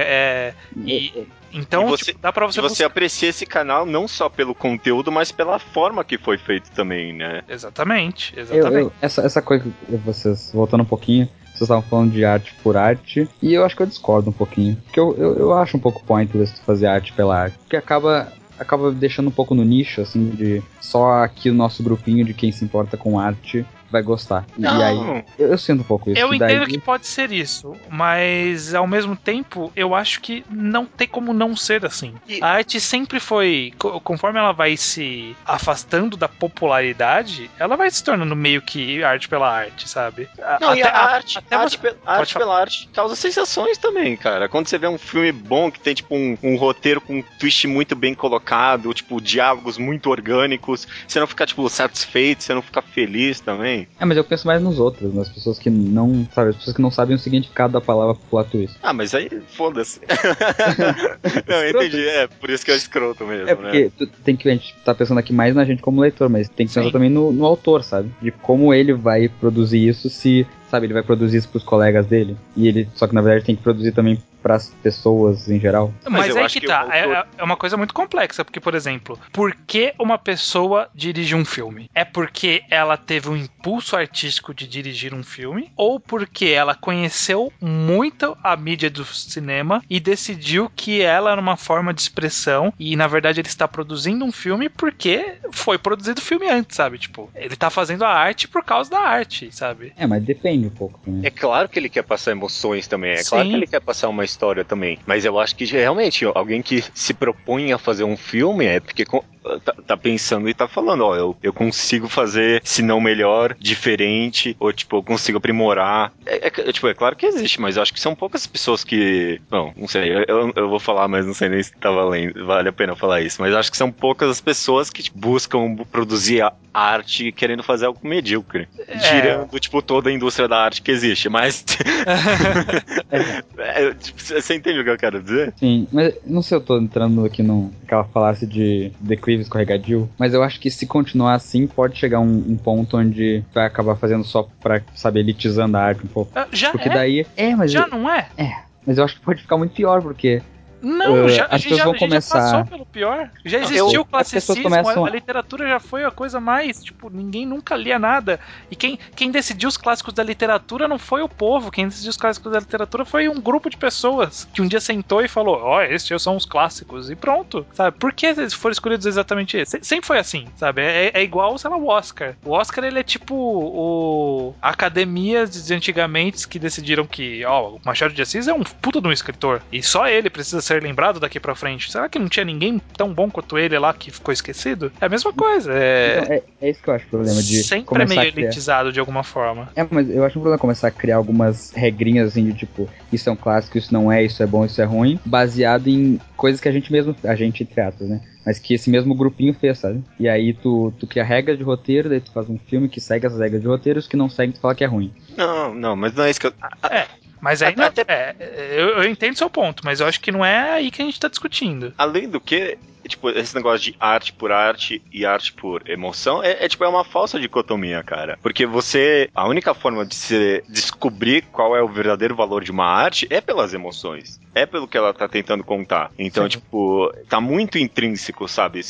Então, tipo, dá pra você aprecia esse canal não só pelo conteúdo, mas pela forma que foi feito também, né? Exatamente. Essa coisa, vocês, voltando um pouquinho, vocês estavam falando de arte por arte, e eu acho que eu discordo um pouquinho. Porque eu acho um pouco pointless fazer arte pela arte. Porque acaba deixando um pouco no nicho, assim, de só aqui o nosso grupinho de quem se importa com arte vai gostar. Não. E aí, eu sinto um pouco isso. Eu entendo que pode ser isso, mas ao mesmo tempo, eu acho que não tem como não ser assim. A arte sempre foi, conforme ela vai se afastando da popularidade, ela vai se tornando meio que arte pela arte, sabe? Não, e a arte pela arte causa sensações também, cara. Quando você vê um filme bom que tem, tipo, um roteiro com um twist muito bem colocado, tipo, diálogos muito orgânicos, você não fica, tipo, satisfeito, você não fica feliz também. Mas eu penso mais nos outros, nas pessoas que não, sabe, as pessoas que não sabem o significado da palavra plot twist. Mas aí, foda-se. Não, eu entendi, por isso que é escroto mesmo, porque a gente tá pensando aqui mais na gente como leitor, mas tem que pensar também no autor, sabe? De como ele vai produzir isso, se sabe, ele vai produzir isso pros colegas dele, e ele, só que na verdade tem que produzir também pras pessoas em geral. Mas aí que tá, é uma coisa muito complexa, porque, por exemplo, por que uma pessoa dirige um filme? É porque ela teve um impulso artístico de dirigir um filme, ou porque ela conheceu muito a mídia do cinema e decidiu que ela era uma forma de expressão, e na verdade ele está produzindo um filme porque foi produzido o filme antes, sabe? Tipo, ele tá fazendo a arte por causa da arte, sabe? Mas depende um pouco também. É claro que ele quer passar emoções também, Sim. Claro que ele quer passar uma história também, mas eu acho que realmente alguém que se propõe a fazer um filme é porque tá pensando e tá falando, eu consigo fazer, se não melhor, diferente, ou tipo, eu consigo aprimorar. É claro que existe, mas eu acho que são poucas pessoas que, não sei, eu vou falar, mas não sei nem se tá valendo, vale a pena falar isso, mas eu acho que são poucas as pessoas que tipo, buscam produzir arte querendo fazer algo medíocre, tirando, tipo, toda a indústria da arte que existe, mas você entende o que eu quero dizer? Sim, mas não sei, eu tô entrando aqui naquela falácia de declive escorregadio, mas eu acho que se continuar assim, pode chegar um ponto onde vai acabar fazendo só pra, sabe, elitizando a arte um pouco. Porque daí... mas não é? Mas eu acho que pode ficar muito pior, porque... Não, as pessoas vão começar... já passou pelo pior. Já existiu o classicismo, a literatura já foi a coisa mais, tipo, ninguém nunca lia nada. E quem decidiu os clássicos da literatura não foi o povo, quem decidiu os clássicos da literatura foi um grupo de pessoas que um dia sentou e falou, esses são os clássicos, e pronto, sabe? Por que eles foram escolhidos exatamente esses? Sempre foi assim, sabe? É igual, sei lá, o Oscar. O Oscar, ele é tipo a academia de antigamente que decidiram que, o Machado de Assis é um puta de um escritor, e só ele precisa ser lembrado daqui pra frente. Será que não tinha ninguém tão bom quanto ele lá que ficou esquecido? É a mesma coisa. É isso que eu acho o problema de sempre começar meio elitizado de alguma forma. Mas eu acho um problema começar a criar algumas regrinhas assim de tipo, isso é um clássico, isso não é, isso é bom, isso é ruim, baseado em coisas que a gente entre aspas, né? Mas que esse mesmo grupinho fez, sabe? E aí tu cria regras de roteiro, daí tu faz um filme que segue essas regras de roteiro, os que não seguem tu fala que é ruim. Não, mas não é isso que eu... Mas aí eu entendo seu ponto, mas eu acho que não é aí que a gente tá discutindo. Além do que, tipo, esse negócio de arte por arte e arte por emoção é uma falsa dicotomia, cara. Porque a única forma de se descobrir qual é o verdadeiro valor de uma arte é pelas emoções. É pelo que ela tá tentando contar. Então, sim, tipo, tá muito intrínseco, sabe?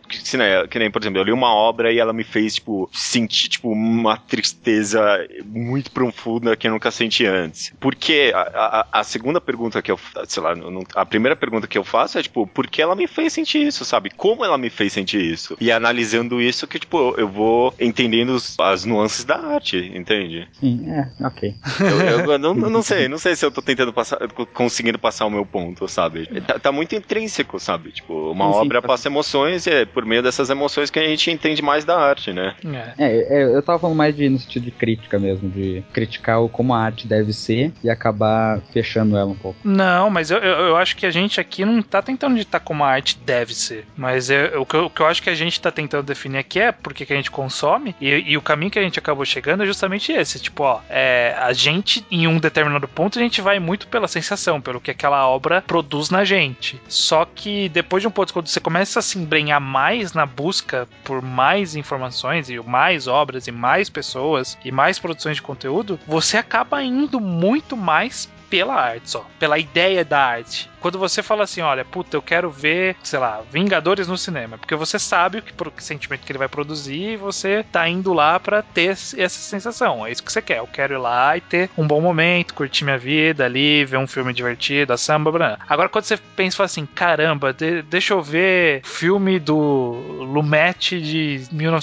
Que nem, por exemplo, eu li uma obra e ela me fez, tipo, sentir, tipo, uma tristeza muito profunda que eu nunca senti antes. Porque a segunda pergunta que eu, sei lá, a primeira pergunta que eu faço é, tipo, por que ela me fez sentir isso, sabe? Como ela me fez sentir isso? E analisando isso que, tipo, eu vou entendendo as nuances da arte, entende? Sim, ok. Eu não sei se eu tô conseguindo passar o meu ponto, sabe? Tá muito intrínseco, sabe? Tipo, uma obra passa emoções e é por meio dessas emoções que a gente entende mais da arte, né? Eu tava falando mais no sentido de crítica mesmo, de criticar como a arte deve ser e acabar fechando ela um pouco. Não, mas eu acho que a gente aqui não tá tentando ditar como a arte deve ser, mas o que eu acho que a gente tá tentando definir aqui é porque que a gente consome e o caminho que a gente acabou chegando é justamente esse, tipo, a gente em um determinado ponto a gente vai muito pela sensação, pelo que aquela obra produz na gente, só que depois de um ponto, quando você começa a se embrenhar mais na busca por mais informações e mais obras e mais pessoas e mais produções de conteúdo, você acaba indo muito mais pela arte só, pela ideia da arte. Quando você fala assim, olha, puta, eu quero ver, sei lá, Vingadores no cinema, porque você sabe que sentimento que ele vai produzir e você tá indo lá pra ter essa sensação, é isso que você quer, eu quero ir lá e ter um bom momento, curtir minha vida ali, ver um filme divertido, a samba, blá. Agora quando você pensa e fala assim, caramba, deixa eu ver filme do Lumet de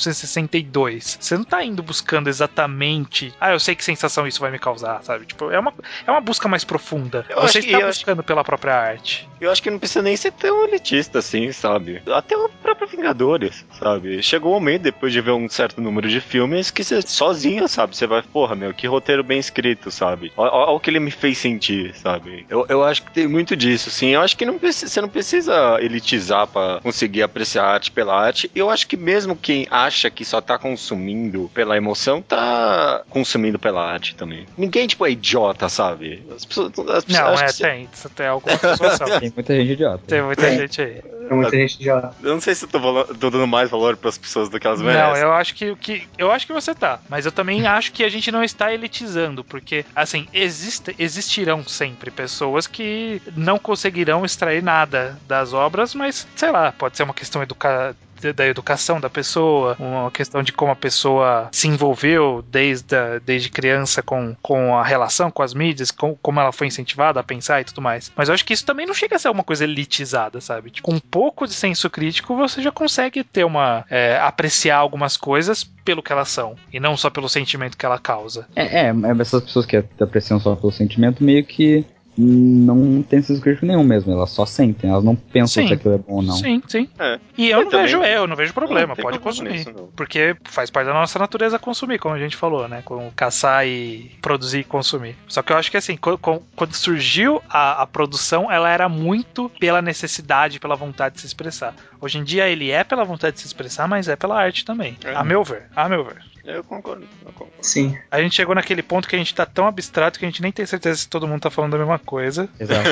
1962, você não tá indo buscando exatamente, eu sei que sensação isso vai me causar, sabe? Tipo, é uma busca mais profunda. Você está buscando pela própria arte. Eu acho que não precisa nem ser tão elitista assim, sabe? Até o próprio Vingadores, sabe? Chegou um momento, depois de ver um certo número de filmes, que você sozinho, sabe? Você vai, porra, meu, que roteiro bem escrito, sabe? Olha o que ele me fez sentir, sabe? Eu acho que tem muito disso, sim. Eu acho que você não precisa elitizar pra conseguir apreciar a arte pela arte. Eu acho que mesmo quem acha que só tá consumindo pela emoção, tá consumindo pela arte também. Ninguém, tipo, é idiota, sabe? Não, tem algumas pessoas são. Tem muita gente idiota. Tem muita gente aí. Pra muita gente já. Eu não sei se eu tô dando mais valor pras pessoas do que elas merecem. Não, eu acho que você tá. Mas eu também acho que a gente não está elitizando, porque, assim, existirão sempre pessoas que não conseguirão extrair nada das obras, mas, sei lá, pode ser uma questão da educação da pessoa, uma questão de como a pessoa se envolveu desde criança com a relação com as mídias, como ela foi incentivada a pensar e tudo mais. Mas eu acho que isso também não chega a ser uma coisa elitizada, sabe? Tipo, com um pouco de senso crítico você já consegue ter apreciar algumas coisas pelo que elas são, e não só pelo sentimento que ela causa. Essas pessoas que apreciam só pelo sentimento meio que não tem senso crítico nenhum mesmo, elas só sentem, elas não pensam se aquilo é bom ou não. Sim. E eu não vejo problema, pode consumir. Porque faz parte da nossa natureza consumir, como a gente falou, né? Com caçar e produzir e consumir. Só que eu acho que assim, quando surgiu a produção, ela era muito pela necessidade, pela vontade de se expressar. Hoje em dia ele é pela vontade de se expressar, mas é pela arte também. A meu ver. Eu concordo. Sim. A gente chegou naquele ponto que a gente tá tão abstrato que a gente nem tem certeza se todo mundo tá falando da mesma coisa. Exato.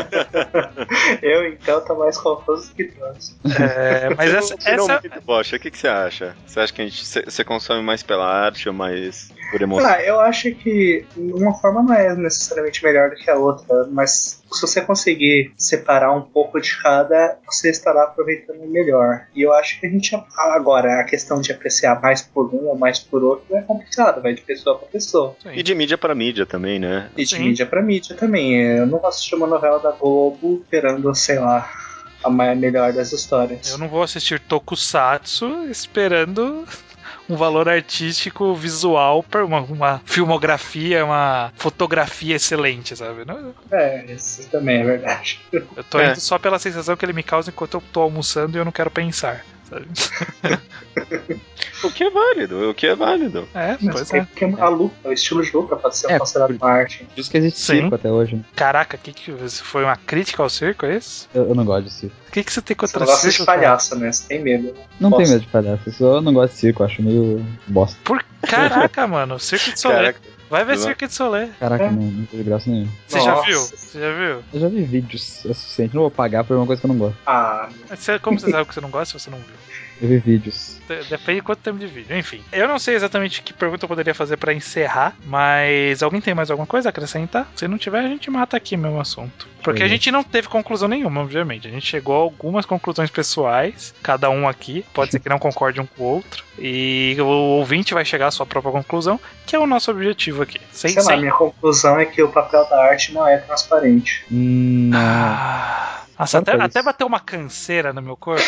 Eu, então, tô mais confuso que todos. Mas essa... Bocha, o que você acha? Você acha que você consome mais pela arte ou mais por emoção? Eu acho que uma forma não é necessariamente melhor do que a outra, mas se você conseguir separar um pouco de cada, você estará aproveitando melhor. E eu acho que agora, a questão de apreciar mais por um ou mais por outro é complicado, vai de pessoa para pessoa. Sim. E de mídia para mídia também, né? E de mídia para mídia também. Eu não vou assistir uma novela da Globo esperando, sei lá, a melhor das histórias. Eu não vou assistir Tokusatsu esperando um valor artístico visual para uma filmografia, uma fotografia excelente, sabe? Isso também é verdade. Eu tô indo só pela sensação que ele me causa enquanto eu tô almoçando e eu não quero pensar, sabe? O que é válido. Pois é. Porque a luta, o estilo de luta pode ser considerado uma arte. Por isso que existe circo até hoje. Né? Caraca, isso foi uma crítica ao circo, é isso? Eu não gosto de circo. O que você tem contra circo? Você gosta circo, de palhaço, né? Você tem medo. Não tenho medo de palhaço, eu não gosto de circo, eu acho meio bosta. Caraca, mano, Cirque du Soleil. Vai ver Cirque du Soleil. Caraca, não tem graça nenhuma. Você já viu? Eu já vi vídeos, é suficiente. Não vou pagar por uma coisa que eu não gosto. Como você sabe que você não gosta se você não viu? Eu vi vídeos. Depende de quanto tempo de vídeo. Enfim, eu não sei exatamente que pergunta eu poderia fazer pra encerrar, mas alguém tem mais alguma coisa a acrescentar? Se não tiver, a gente mata aqui mesmo o assunto. Porque a gente não teve conclusão nenhuma, obviamente. A gente chegou a algumas conclusões pessoais, cada um aqui. Pode ser que não concorde um com o outro. E o ouvinte vai chegar à sua própria conclusão, que é o nosso objetivo aqui. Sei lá, minha conclusão é que o papel da arte não é transparente. Nossa, até bateu uma canseira no meu corpo.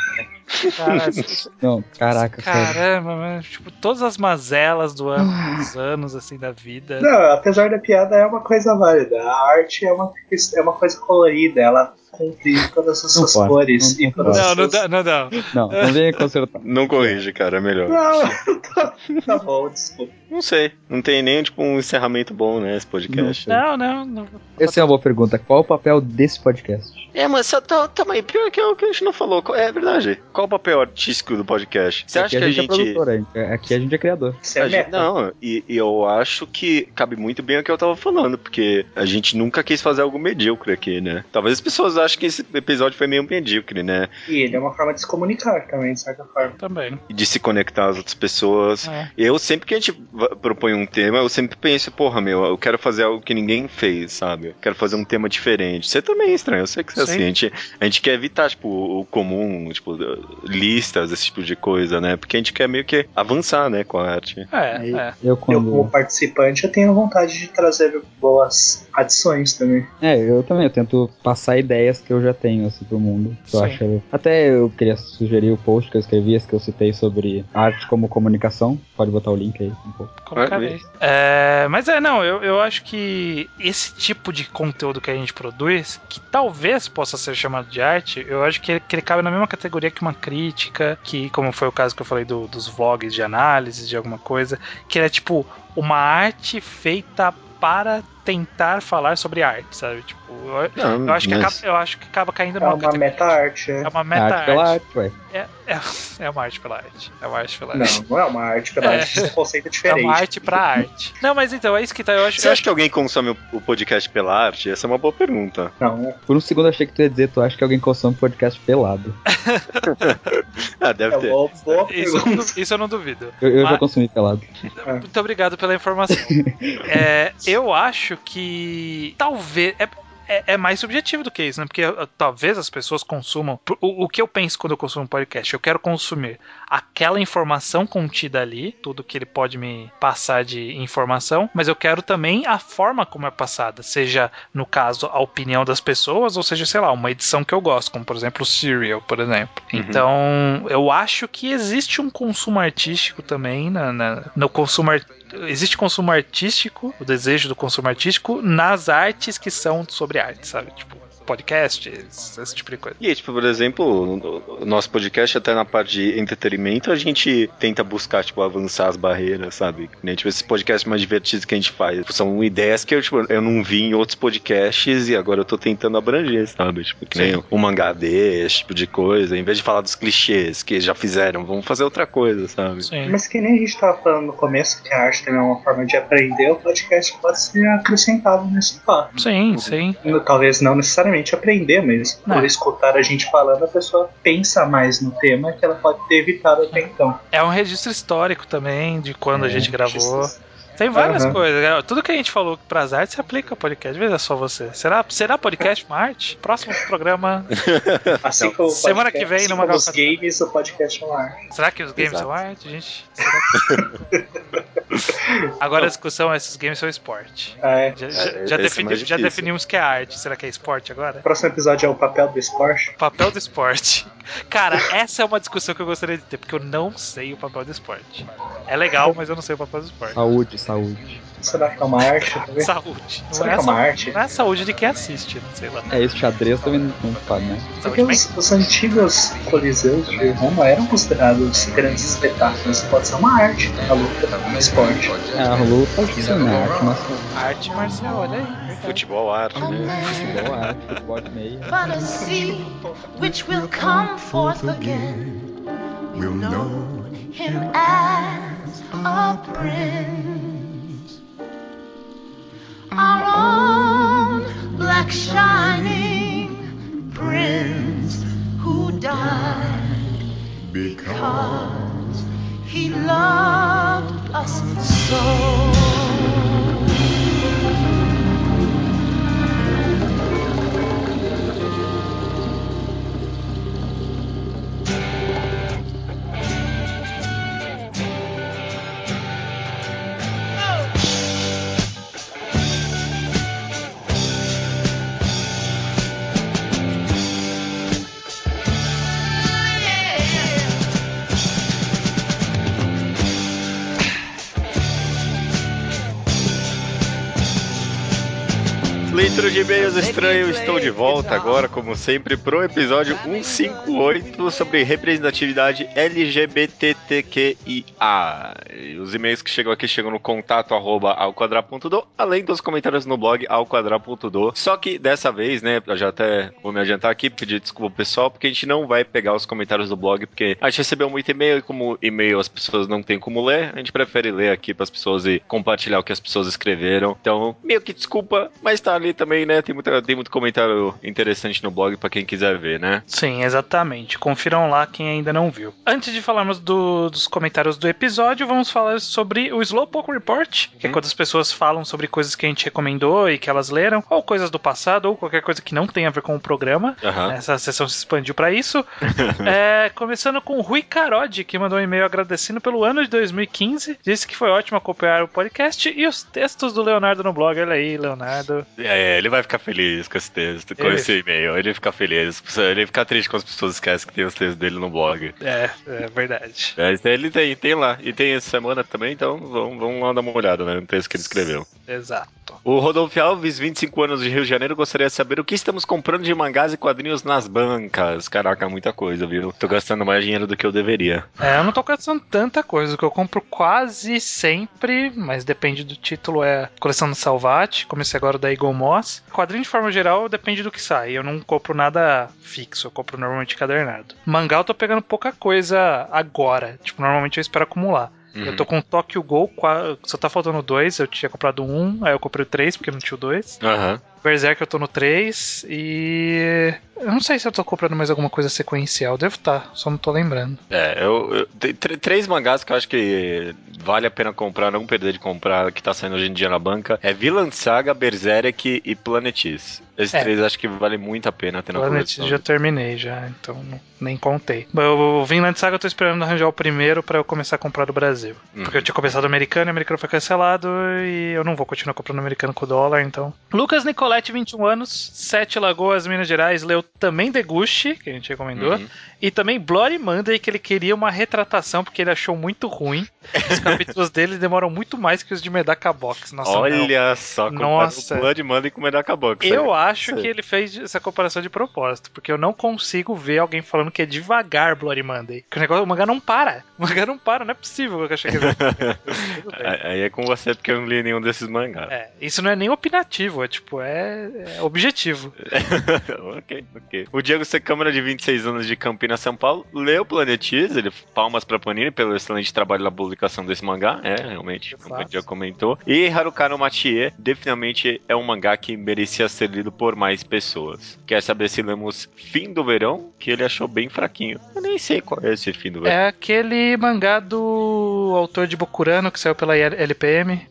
Não, caraca. Caramba, mano. Tipo, todas as mazelas dos anos, assim, da vida. Não, apesar da piada, é uma coisa válida. A arte é uma coisa colorida, ela cumpre todas as suas cores. Não vem consertar. Não corrige, cara, é melhor. Não, tá bom, desculpa. Não sei, não tem nem um encerramento bom, né, esse podcast. Não. Essa é uma boa pergunta. Qual é o papel desse podcast? Mas também, pior que é o que a gente não falou. É verdade. Qual o papel artístico do podcast? Você acha que a gente... é produtor, aqui a gente é criador. Não, e eu acho que cabe muito bem o que eu tava falando, porque a gente nunca quis fazer algo medíocre aqui, né? Talvez as pessoas achem que esse episódio foi meio medíocre, né? E ele é uma forma de se comunicar também, de certa forma. Também. E de se conectar às outras pessoas. Eu, sempre que a gente propõe um tema, eu sempre penso, eu quero fazer algo que ninguém fez, sabe? Eu quero fazer um tema diferente. Você também é estranho, eu sei que você é assim. A gente quer evitar, tipo, o comum, tipo, listas, esse tipo de coisa, né? Porque a gente quer meio que avançar, né, com a arte. Eu, como participante, eu tenho vontade de trazer boas adições também. Eu também, eu tento passar ideias que eu já tenho, assim, pro mundo. Que eu acho... Até eu queria sugerir o post que eu escrevi, esse que eu citei sobre arte como comunicação. Pode botar o link aí um pouco. Colocarei. Mas eu acho que esse tipo de conteúdo que a gente produz, que talvez possa ser chamado de arte, eu acho que ele cabe na mesma categoria que uma crítica, que, como foi o caso que eu falei dos vlogs de análise de alguma coisa, que é tipo uma arte feita para tentar falar sobre arte, sabe? Tipo, eu acho que acaba caindo numa uma meta-arte. É uma meta-arte. Pela arte, ué. É uma arte pela arte. É uma arte pela arte. Não é uma arte pela arte. Esse conceito é diferente. É uma arte pra arte. Não, mas então, é isso que tá. Você acha que alguém consome o podcast pela arte? Essa é uma boa pergunta. Não. Por um segundo eu achei que tu ia dizer, tu acha que alguém consome podcast pelado. Deve ter. Isso eu não duvido. Eu já consumi pelado. Muito obrigado pela informação. Eu acho que talvez... É mais subjetivo do que isso, né? Porque talvez as pessoas consumam... O que eu penso quando eu consumo um podcast? Eu quero consumir aquela informação contida ali, tudo que ele pode me passar de informação, mas eu quero também a forma como é passada, seja, no caso, a opinião das pessoas, ou seja, sei lá, uma edição que eu gosto, como, por exemplo, o Serial, por exemplo. Então, eu acho que existe um consumo artístico também no consumo existe consumo artístico, o desejo do consumo artístico nas artes que são sobre arte, sabe? Tipo, podcasts, esse tipo de coisa. E aí, tipo, por exemplo, o nosso podcast, até na parte de entretenimento, a gente tenta buscar, tipo, avançar as barreiras, sabe? Nem, tipo, esses podcasts mais divertidos que a gente faz. São ideias que eu não vi em outros podcasts e agora eu tô tentando abranger, sabe? Tipo, que nem o Mangadê, esse tipo de coisa. Em vez de falar dos clichês que já fizeram, vamos fazer outra coisa, sabe? Sim. Mas que nem a gente tava falando no começo, que a arte também é uma forma de aprender, o podcast pode ser acrescentado nesse fato. Sim. Talvez não necessariamente aprender, mas por escutar a gente falando, a pessoa pensa mais no tema que ela pode ter evitado até então. É um registro histórico também de quando a gente gravou. Tem várias coisas. Tudo que a gente falou pras artes se aplica ao podcast. Veja só você. Será podcast uma arte? Próximo programa. Assim como semana que vem, numa os games, o podcast é uma arte. Será que os games são arte, gente? Agora a discussão é se os games são esporte. Já definimos que é arte. Será que é esporte agora? O próximo episódio é o papel do esporte. O papel do esporte. Cara, essa é uma discussão que eu gostaria de ter, porque eu não sei o papel do esporte. É legal, mas eu não sei o papel do esporte. Saúde. Será que é uma arte? Saúde. Será que é uma arte? Não é a saúde de quem assiste, sei lá. Esse xadrez também não faz, né? Porque os antigos coliseus de Roma eram considerados grandes espetáculos. Pode ser uma arte, a luta, um esporte. A luta pode ser uma arte marcial. Arte marcial, olha aí. Futebol arte, né? Futebol arte, futebol de meia. But a sea which will come forth again will know him as a prince. Our own black shining prince who died because he loved us so. Leitura de e-mails estranho, estou de volta agora, como sempre, pro episódio 158 sobre representatividade LGBTQIA. E os e-mails que chegam aqui chegam no contato@alquadra.do, além dos comentários no blog alquadra.do. Só que dessa vez, né, eu já até vou me adiantar aqui, pedir desculpa pro pessoal, porque a gente não vai pegar os comentários do blog, porque a gente recebeu muito e-mail e como e-mail as pessoas não têm como ler, a gente prefere ler aqui pras pessoas e compartilhar o que as pessoas escreveram. Então, meio que desculpa, mas tá ali também, né? Tem muito comentário interessante no blog pra quem quiser ver, né? Sim, exatamente. Confiram lá quem ainda não viu. Antes de falarmos dos comentários do episódio, vamos falar sobre o Slowpoke Report, que é quando as pessoas falam sobre coisas que a gente recomendou e que elas leram, ou coisas do passado, ou qualquer coisa que não tenha a ver com o programa. Essa sessão se expandiu pra isso. Começando com o Rui Carodi, que mandou um e-mail agradecendo pelo ano de 2015. Disse que foi ótimo acompanhar o podcast e os textos do Leonardo no blog. Olha aí, Leonardo. Ele vai ficar feliz com esse texto, com esse e-mail. Ele fica feliz. Ele fica triste quando as pessoas esquecem que tem os textos dele no blog. É verdade. Ele tem lá. E tem essa semana também, então vamos lá dar uma olhada, né, no texto que ele escreveu. Exato. desculpa. O Rodolfo Alves, 25 anos de Rio de Janeiro, gostaria de saber o que estamos comprando de mangás e quadrinhos nas bancas. Caraca, muita coisa, viu? Tô gastando mais dinheiro do que eu deveria. Eu não tô gastando tanta coisa. O que eu compro quase sempre, mas depende do título, é coleção do Salvat. Comecei agora da Eagle Moss. Quadrinho, de forma geral, depende do que sai. Eu não compro nada fixo, eu compro normalmente cadernado. Mangá eu tô pegando pouca coisa agora. Tipo, normalmente eu espero acumular. Eu tô com o Tokyo Ghoul, só tá faltando 2, eu tinha comprado 1, aí eu comprei o 3 porque não tinha o 2. Berserk eu tô no 3 e... eu não sei se eu tô comprando mais alguma coisa sequencial, devo estar, só não tô lembrando. Tem 3 mangás que eu acho que vale a pena comprar, não perder de comprar, que tá saindo hoje em dia na banca, é Vinland Saga, Berserk e Planetis. Esses 3 acho que vale muito a pena ter na coleção. Planetis já terminei já, então nem contei. O Vinland Saga eu tô esperando arranjar o primeiro pra eu começar a comprar do Brasil. Porque eu tinha começado o americano e o americano foi cancelado e eu não vou continuar comprando o americano com o dólar, então... Lucas Nicolete, 21 anos, 7 Lagoas, Minas Gerais, leu também Deguchi, que a gente recomendou, e também Bloody Monday, que ele queria uma retratação porque ele achou muito ruim. Os capítulos dele demoram muito mais que os de Medaka Box. Nossa, olha só, comparou Bloody Monday com Medaka Box. Eu acho que ele fez essa comparação de propósito, porque eu não consigo ver alguém falando que é devagar Bloody Monday. Porque o mangá não para. O mangá não para, não é possível que eu achei que Aí é com você porque eu não li nenhum desses mangás. Isso não é nem opinativo, é objetivo. Ok. O Diego C. Câmara, de 26 anos, de Campinas, São Paulo, leu Planetis, ele palmas pra Panini pelo excelente trabalho na publicação desse mangá, realmente, como o Diego comentou. E Haruka no Machie, definitivamente é um mangá que merecia ser lido por mais pessoas. Quer saber se lemos Fim do Verão, que ele achou bem fraquinho. Eu nem sei qual é esse Fim do Verão. É aquele mangá do autor de Bokurano, que saiu pela LPM.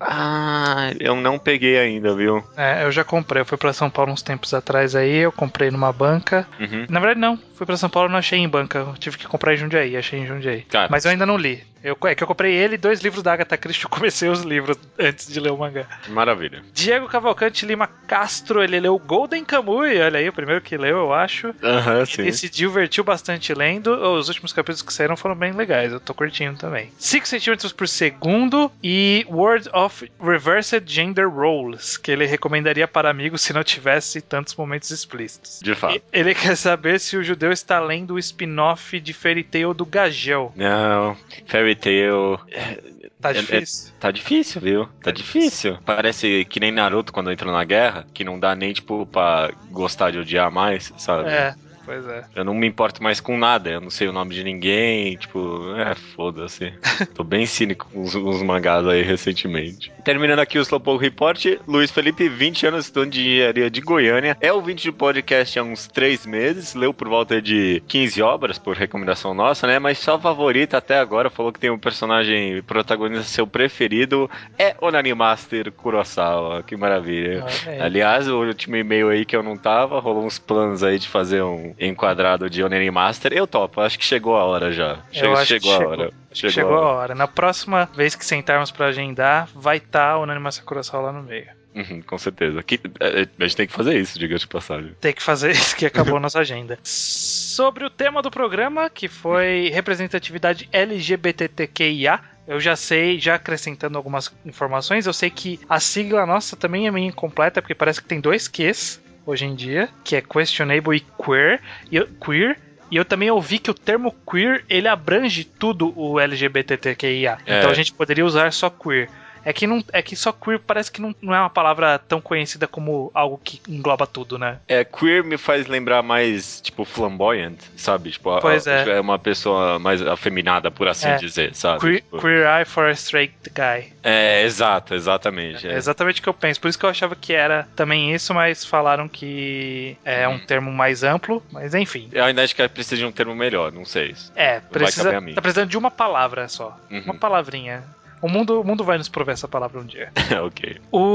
Eu não peguei ainda, viu? Eu já comprei, eu fui pra São Paulo uns tempos atrás aí, eu comprei numa banca. Na verdade não, fui pra São Paulo e não achei em banca, eu tive que comprar em Jundiaí, achei em Jundiaí. Mas eu ainda não li. É que eu comprei ele e 2 livros da Agatha Christie, eu comecei os livros antes de ler o mangá. Maravilha. Diego Cavalcante Lima Castro, ele leu Golden Kamuy, olha aí, o primeiro que leu, eu acho. Sim. E se divertiu bastante lendo. Os últimos capítulos que saíram foram bem legais, eu tô curtindo também. 5 centímetros por segundo e World of Reversed Gender Roles, que ele recomendaria para amigos se não tivesse tantos momentos explícitos. De fato. Ele quer saber se o judeu está lendo o spin-off de Fairy Tail do Gagel. Não, Fairy Tail... Tá difícil. Tá difícil, viu? Tá difícil. Parece que nem Naruto quando entra na guerra, que não dá nem, tipo, pra gostar de odiar mais, sabe? Pois é. Eu não me importo mais com nada, eu não sei o nome de ninguém, tipo, foda-se. Tô bem cínico com os mangás aí recentemente. Terminando aqui o Slowpoke Report, Luiz Felipe, 20 anos, estudante de engenharia de Goiânia, é ouvinte de podcast há uns 3 meses, leu por volta de 15 obras, por recomendação nossa, né? Mas só favorita até agora, falou que tem um personagem protagonista seu preferido, é Onani Master Kurosawa, que maravilha. Aliás, o último e-mail aí que eu não tava, rolou uns planos aí de fazer um enquadrado de Onani Master, eu topo, acho que chegou a hora já. Chegou a hora. Chegou a hora. Na próxima vez que sentarmos pra agendar, vai estar o Onani Master Kurosawa lá no meio. Com certeza. A gente tem que fazer isso, diga de passagem. Tem que fazer isso, que acabou a nossa agenda. Sobre o tema do programa, que foi representatividade LGBTQIA, eu já sei, já acrescentando algumas informações, eu sei que a sigla nossa também é meio incompleta, porque parece que tem 2 Qs hoje em dia, que é questionable e queer. E eu também ouvi que o termo queer, ele abrange tudo o LGBTQIA. Então a gente poderia usar só queer. É que só queer parece que não é uma palavra tão conhecida como algo que engloba tudo, né? Queer me faz lembrar mais, tipo, flamboyant, sabe? Tipo, é uma pessoa mais afeminada, por assim dizer, sabe? Queer eye for a straight guy. Exatamente. É exatamente o que eu penso. Por isso que eu achava que era também isso, mas falaram que é um termo mais amplo, mas enfim. Eu ainda acho que precisa de um termo melhor, não sei. Tá precisando de uma palavra só. Uma palavrinha. O mundo vai nos prover essa palavra um dia. Ok.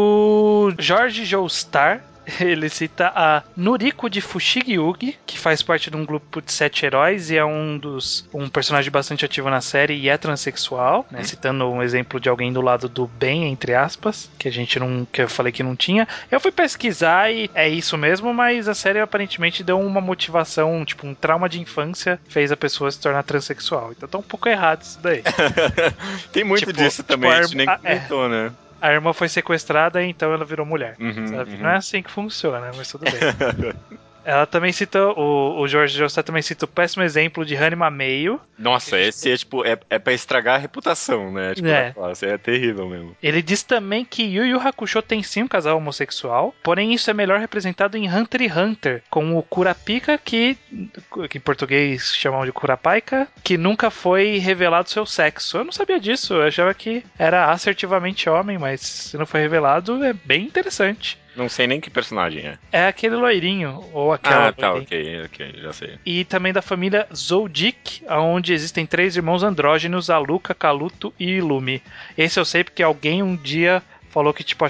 O Jorge Joestar, ele cita a Noriko de Fushigi-Ugi, que faz parte de um grupo de 7 heróis e é um personagem bastante ativo na série e é transexual, né? Citando um exemplo de alguém do lado do bem, entre aspas, que eu falei que não tinha. Eu fui pesquisar e é isso mesmo, mas a série aparentemente deu uma motivação, tipo, um trauma de infância fez a pessoa se tornar transexual. Então tá um pouco errado isso daí. Tem muito disso também, a gente nem comentou, né? A irmã foi sequestrada, então ela virou mulher. Sabe? Uhum. Não é assim que funciona, mas tudo bem. Ela também cita, o Jorge José também cita o péssimo exemplo de Hanima Meio. Nossa, esse é tipo, é pra estragar a reputação, né? Tipo, da classe. É terrível mesmo. Ele diz também que Yu Yu Hakusho tem sim um casal homossexual, porém isso é melhor representado em Hunter x Hunter, com o Kurapika, que em português chamam de Kurapaika, que nunca foi revelado seu sexo. Eu não sabia disso, eu achava que era assertivamente homem, mas se não foi revelado, é bem interessante. Não sei nem que personagem é. É aquele loirinho, ou aquela tá, loirinha. ok, já sei. E também da família Zoldyck, onde existem 3 irmãos andrógenos, Aluka, Kaluto e Illumi. Esse eu sei porque alguém um dia falou que, tipo,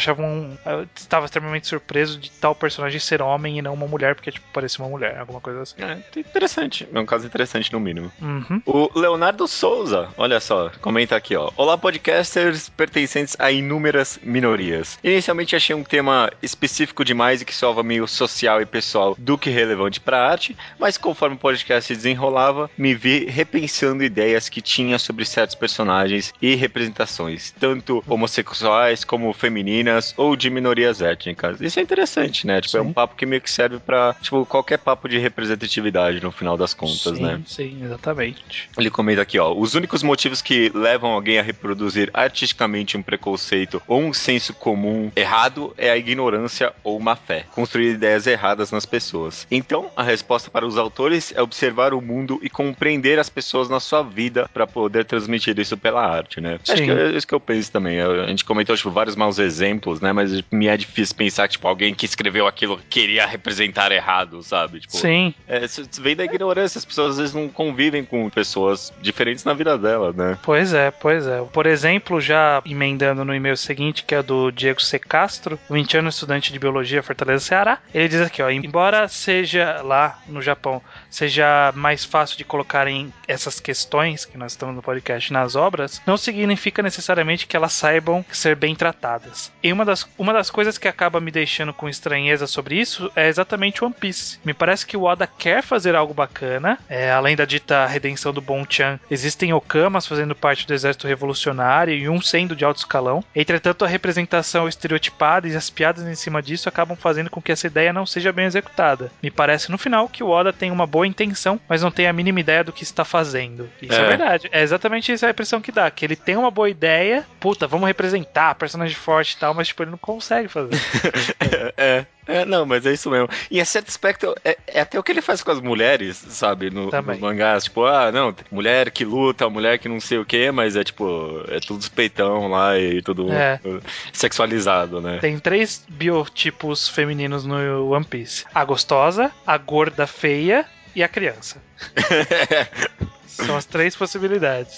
estava extremamente surpreso de tal personagem ser homem e não uma mulher, porque, tipo, parecia uma mulher, alguma coisa assim. É, interessante. É um caso interessante, no mínimo. Uhum. O Leonardo Souza, olha só, comenta aqui, ó. Olá, podcasters pertencentes a inúmeras minorias. Inicialmente achei um tema específico demais e que soava meio social e pessoal do que relevante pra arte, mas conforme o podcast se desenrolava, me vi repensando ideias que tinha sobre certos personagens e representações, tanto homossexuais como femininas ou de minorias étnicas. Isso é interessante, né? Tipo, Sim. é um papo que meio que serve pra, tipo, qualquer papo de representatividade no final das contas, né? Sim, exatamente. Ele comenta aqui, ó, os únicos motivos que levam alguém a reproduzir artisticamente um preconceito ou um senso comum errado é a ignorância ou má fé, construir ideias erradas nas pessoas. Então, a resposta para os autores é observar o mundo e compreender as pessoas na sua vida para poder transmitir isso pela arte, né? Sim. Acho que é isso que eu penso também. A gente comentou, tipo, vários maus exemplos, né? Mas me é difícil pensar que, tipo, alguém que escreveu aquilo queria representar errado, sabe? Tipo, Sim. Isso vem da ignorância. As pessoas às vezes não convivem com pessoas diferentes na vida delas, né? Pois é. Por exemplo, já emendando no e-mail seguinte, que é do Diego C. Castro, 20 anos, estudante de Biologia, Fortaleza, Ceará, ele diz aqui, ó, embora seja lá no Japão, seja mais fácil de colocarem essas questões que nós estamos no podcast nas obras, não significa necessariamente que elas saibam ser bem tratadas. E uma das coisas que acaba me deixando com estranheza sobre isso é exatamente One Piece. Me parece que o Oda quer fazer algo bacana, além da dita redenção do Bonchan, existem Okamas fazendo parte do exército revolucionário e um sendo de alto escalão. Entretanto, a representação estereotipada e as piadas em cima disso acabam fazendo com que essa ideia não seja bem executada. Me parece, no final, que o Oda tem uma boa intenção, mas não tem a mínima ideia do que está fazendo. Isso é verdade. É exatamente essa a impressão que dá, que ele tem uma boa ideia, puta, vamos representar personagem forte e tal, mas tipo, ele não consegue fazer. Não, mas é isso mesmo. E a certo aspecto, é até o que ele faz com as mulheres, sabe? Nos mangás. Tipo, não, mulher que luta, mulher que não sei o que, mas é tipo, é tudo os peitão lá e tudo sexualizado, né? Tem 3 biotipos femininos no One Piece: a gostosa, a gorda feia e a criança. São as 3 possibilidades.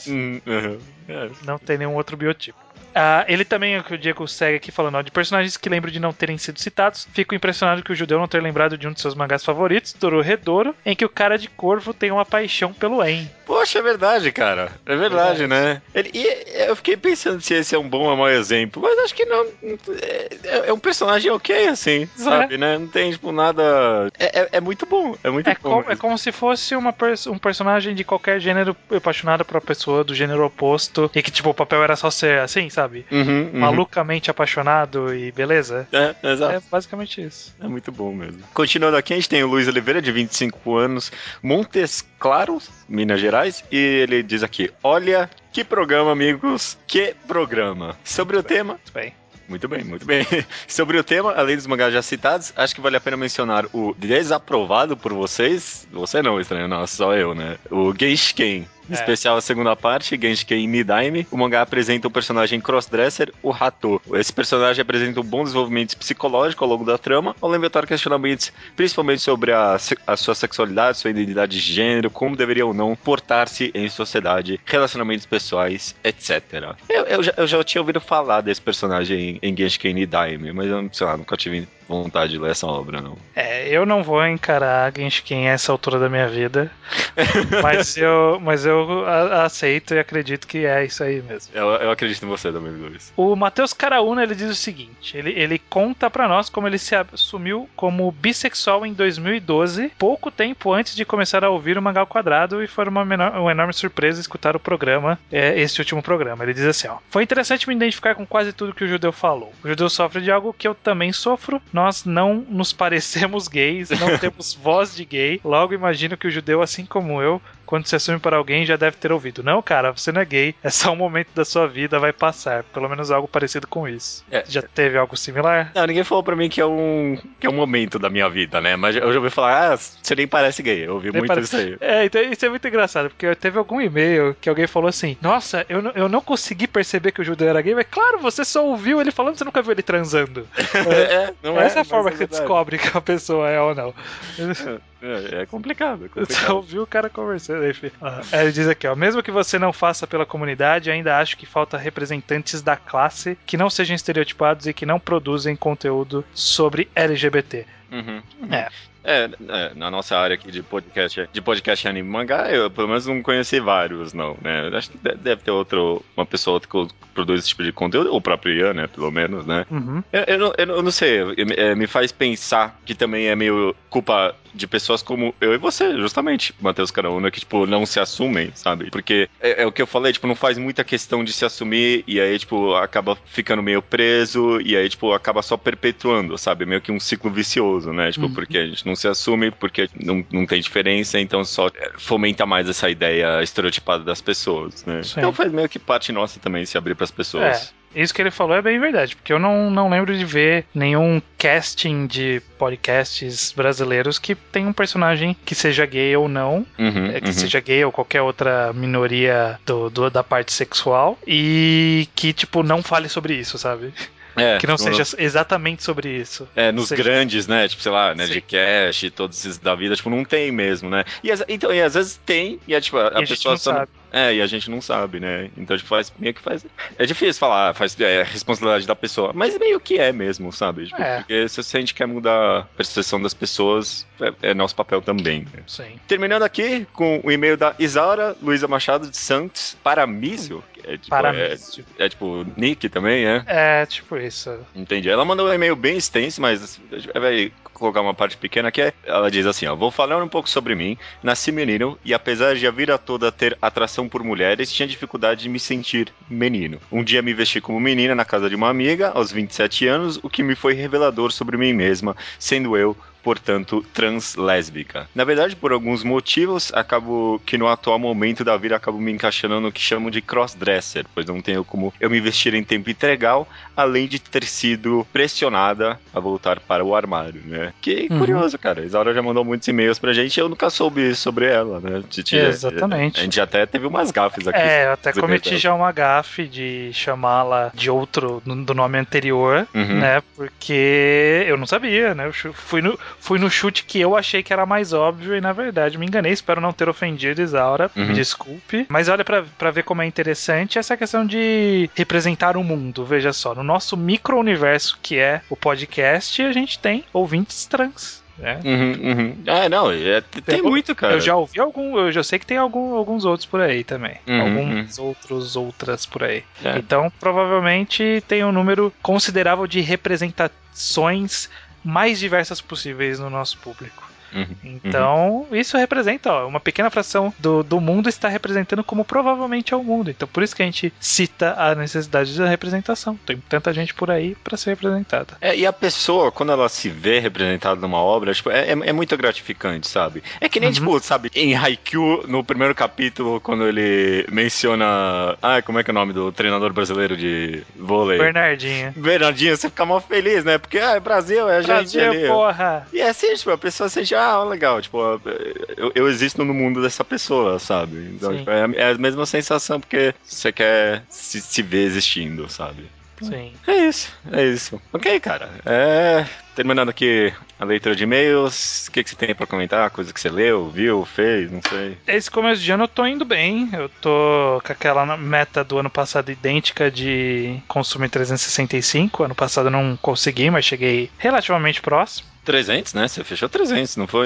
Não tem nenhum outro biotipo. Ele também, o que o Diego segue aqui falando, ó, de personagens que lembro de não terem sido citados, fico impressionado que o judeu não ter lembrado de um de seus mangás favoritos, Dorohedoro, em que o cara de corvo tem uma paixão pelo En. Poxa, é verdade, cara. É verdade, né? Eu fiquei pensando se esse é um bom ou mau exemplo, mas acho que não. É um personagem ok, assim, sabe, né? Não tem, tipo, nada. É muito bom. É muito bom. É como se fosse um personagem de qualquer gênero apaixonado por uma pessoa do gênero oposto e que, tipo, o papel era só ser assim, sabe? Malucamente apaixonado e beleza. Exato. É basicamente isso. É muito bom mesmo. Continuando aqui, a gente tem o Luiz Oliveira, de 25 anos, Montes Claros, Minas Gerais, e ele diz aqui, olha que programa, amigos, que programa. Sobre o tema... Muito bem. Sobre o tema, além dos mangás já citados, acho que vale a pena mencionar o desaprovado por vocês. Você não, estranho, não, só eu, né? O Genshiken. Em especial a segunda parte, Genshiken Nidaime. O mangá apresenta o personagem crossdresser, o Hato. Esse personagem apresenta um bom desenvolvimento psicológico ao longo da trama, ao levantar questionamentos principalmente sobre a sua sexualidade, sua identidade de gênero, como deveria ou não portar-se em sociedade, relacionamentos pessoais, etc. Eu já tinha ouvido falar desse personagem em Genshiken Nidaime, mas eu, sei lá, nunca tive vontade de ler essa obra, não. Eu não vou encarar Genshiken a essa altura da minha vida, mas eu eu aceito e acredito que é isso aí mesmo. Eu acredito em você, Domingo Luiz. O Matheus Caraúna, ele diz o seguinte, ele conta pra nós como ele se assumiu como bissexual em 2012, pouco tempo antes de começar a ouvir o Mangá ao Quadrado, e foi uma enorme surpresa escutar o programa, esse último programa. Ele diz assim, ó: foi interessante me identificar com quase tudo que o Judeu falou. O Judeu sofre de algo que eu também sofro, nós não nos parecemos gays, não temos voz de gay, logo imagino que o Judeu, assim como eu, quando se assume para alguém, já deve ter ouvido: não, cara, você não é gay, é só um momento da sua vida, vai passar. Pelo menos algo parecido com isso. Já teve algo similar? Não, ninguém falou pra mim que é um momento da minha vida, né? Mas eu já ouvi falar, você nem parece gay. Eu ouvi muito isso aí. Então isso é muito engraçado, porque teve algum e-mail que alguém falou assim: nossa, eu não consegui perceber que o Judeu era gay, mas claro, você só ouviu ele falando, você nunca viu ele transando. Essa é a forma que você descobre que a pessoa é ou não. É complicado. Você ouviu o cara conversando, enfim. Ele diz aqui, ó: mesmo que você não faça pela comunidade, ainda acho que falta representantes da classe que não sejam estereotipados e que não produzem conteúdo sobre LGBT. Uhum. Na nossa área aqui de podcast anime e mangá, eu pelo menos não conheci vários, não, né? Acho que deve ter uma pessoa outra que produz esse tipo de conteúdo, o próprio Ian, né, pelo menos, né? Uhum. Eu não sei, me faz pensar que também é meio culpa de pessoas como eu e você, justamente, Matheus Caraúna, que, tipo, não se assumem, sabe? Porque é o que eu falei, tipo, não faz muita questão de se assumir e aí, tipo, acaba ficando meio preso e aí, tipo, acaba só perpetuando, sabe? Meio que um ciclo vicioso, né? Tipo, porque a gente não se assume, porque não tem diferença, então só fomenta mais essa ideia estereotipada das pessoas, né? Sim. Então faz meio que parte nossa também se abrir pras pessoas. Isso que ele falou é bem verdade, porque eu não lembro de ver nenhum casting de podcasts brasileiros que tem um personagem que seja gay ou não, seja gay ou qualquer outra minoria da parte sexual, e que, tipo, não fale sobre isso, sabe? Que não seja exatamente sobre isso. Nos grandes, né? Tipo, sei lá, Nerdcast, todos esses da vida, tipo, não tem mesmo, né? E às vezes tem, e tipo, a pessoa só sabe. E a gente não sabe, né? Então, tipo, meio que faz. É difícil falar, é a responsabilidade da pessoa, mas meio que é mesmo, sabe? Tipo, porque se a gente quer mudar a percepção das pessoas, é nosso papel também. Né? Sim. Terminando aqui com o e-mail da Isaura Luiza Machado de Santos Paramísio. Paramísio. É tipo Nick também, é? É, tipo isso. Entendi. Ela mandou um e-mail bem extenso, mas vai colocar uma parte pequena que ela diz assim, ó: vou falar um pouco sobre mim. Nasci menino e apesar de a vida toda ter atração por mulheres, tinha dificuldade de me sentir menino. Um dia me vesti como menina na casa de uma amiga, aos 27 anos, o que me foi revelador sobre mim mesma, sendo eu, portanto, translésbica. Na verdade, por alguns motivos, acabo que no atual momento da vida acabo me encaixando no que chamam de crossdresser, pois não tenho como eu me vestir em tempo integral, além de ter sido pressionada a voltar para o armário, né? Que curioso, cara. A Isaura já mandou muitos e-mails pra gente e eu nunca soube sobre ela, né? Exatamente. A gente até teve umas gafes aqui. Eu até cometi já uma gafe de chamá-la de outro, do nome anterior, né? Porque eu não sabia, né? Eu fui no chute que eu achei que era mais óbvio e na verdade me enganei. Espero não ter ofendido, Isaura. Me desculpe. Mas olha pra ver como é interessante essa questão de representar o mundo. Veja só, no nosso micro-universo que é o podcast, a gente tem ouvintes trans. Tem muito, cara. Eu já ouvi eu já sei que tem alguns outros por aí também. Outras por aí. Então, provavelmente tem um número considerável de representações mais diversas possíveis no nosso público. Então, isso representa, uma pequena fração do mundo está representando como provavelmente é o mundo. Então, por isso que a gente cita a necessidade da representação. Tem tanta gente por aí para ser representada. E a pessoa, quando ela se vê representada numa obra, tipo, é muito gratificante, sabe? É que nem, tipo, sabe, em Haikyuu, no primeiro capítulo, quando ele menciona... como é que é o nome do treinador brasileiro de vôlei? Bernardinho, você fica mal feliz, né? Porque, Brasil, é a gente ali. Porra! E é assim, tipo, a pessoa sente, legal, tipo, eu existo no mundo dessa pessoa, sabe? Então, tipo, é a mesma sensação, porque você quer se ver existindo, sabe? Sim. É isso. Ok, cara. terminando aqui a leitura de e-mails, o que você tem pra comentar? Coisa que você leu, viu, fez, não sei. Esse começo de ano eu tô indo bem. Eu tô com aquela meta do ano passado idêntica de consumir 365. Ano passado eu não consegui, mas cheguei relativamente próximo. 300, né? Você fechou 300, não foi?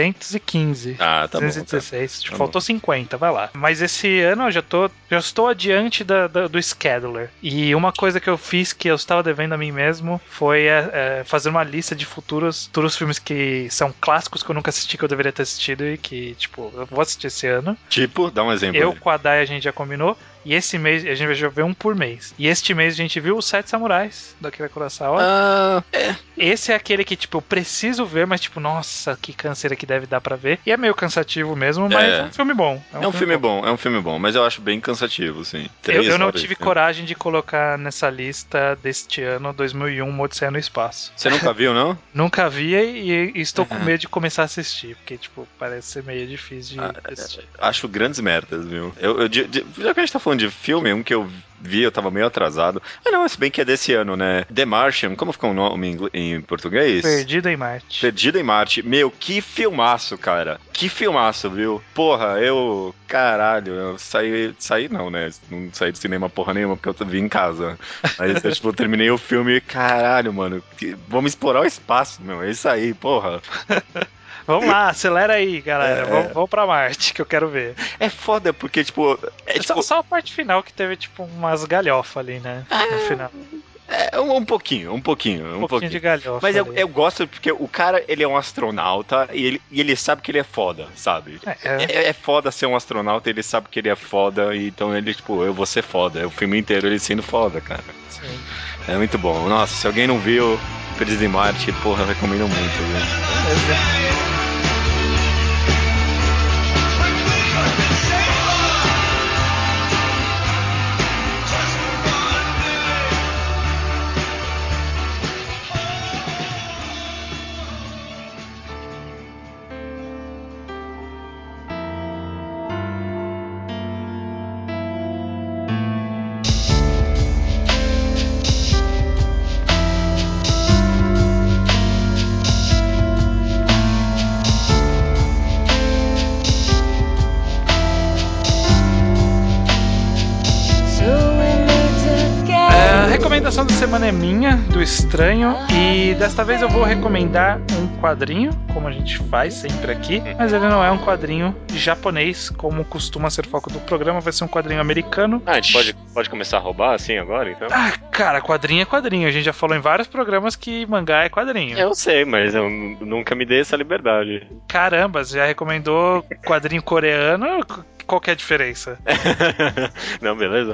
315. Ah, tá 316. bom. Tá Faltou bom. 50, vai lá. Mas esse ano eu já estou adiante do scheduler. E uma coisa que eu fiz que eu estava devendo a mim mesmo foi fazer uma lista de futuros filmes que são clássicos que eu nunca assisti, que eu deveria ter assistido e que, tipo, eu vou assistir esse ano. Tipo, dá um exemplo. Eu aí. com a Dai a gente já combinou. E esse mês a gente vai ver um por mês. E este mês a gente viu os 7 Samurais da Akira Kurosawa. Esse é aquele que, tipo, eu preciso ver, mas, tipo, nossa, que canseira que deve dar pra ver. E é meio cansativo mesmo, mas é um filme bom. É um filme bom, mas eu acho bem cansativo, sim. Eu não tive coragem de colocar nessa lista deste ano, 2001, Uma Odisseia no Espaço. Você nunca viu, não? Nunca vi e estou com medo de começar a assistir, porque, tipo, parece ser meio difícil de assistir. Acho grandes merdas, viu? Já que a gente tá falando de filme, um que eu vi, eu tava meio atrasado. Não, se bem que é desse ano, né? The Martian, como ficou o nome em português? Perdido em Marte. Perdido em Marte. Meu, que filmaço, cara. Que filmaço, viu? Porra, caralho, eu saí não, né? Não saí do cinema porra nenhuma, porque eu vi em casa. Mas eu terminei o filme, caralho, mano. Vamos explorar o espaço, meu. É isso aí, porra. Vamos lá, acelera aí, galera. Vamos pra Marte, que eu quero ver. É foda, porque, tipo... Só a parte final que teve, tipo, umas galhofas ali, né? No final. Um pouquinho. Um pouquinho de galhofa. Mas eu gosto porque o cara, ele é um astronauta e ele sabe que ele é foda, sabe? É foda ser um astronauta, ele sabe que ele é foda, e então ele, tipo, eu vou ser foda. É o filme inteiro ele sendo foda, cara. Sim. É muito bom. Nossa, se alguém não viu Perdido em Marte, porra, eu recomendo muito, viu? Beleza. A recomendação da semana é minha, do Estranho, e desta vez eu vou recomendar um quadrinho, como a gente faz sempre aqui, mas ele não é um quadrinho japonês, como costuma ser foco do programa, vai ser um quadrinho americano. A gente pode começar a roubar assim agora, então? Cara, quadrinho é quadrinho, a gente já falou em vários programas que mangá é quadrinho. Eu sei, mas eu nunca me dei essa liberdade. Caramba, você já recomendou quadrinho coreano? Qual que é a diferença? Não, beleza.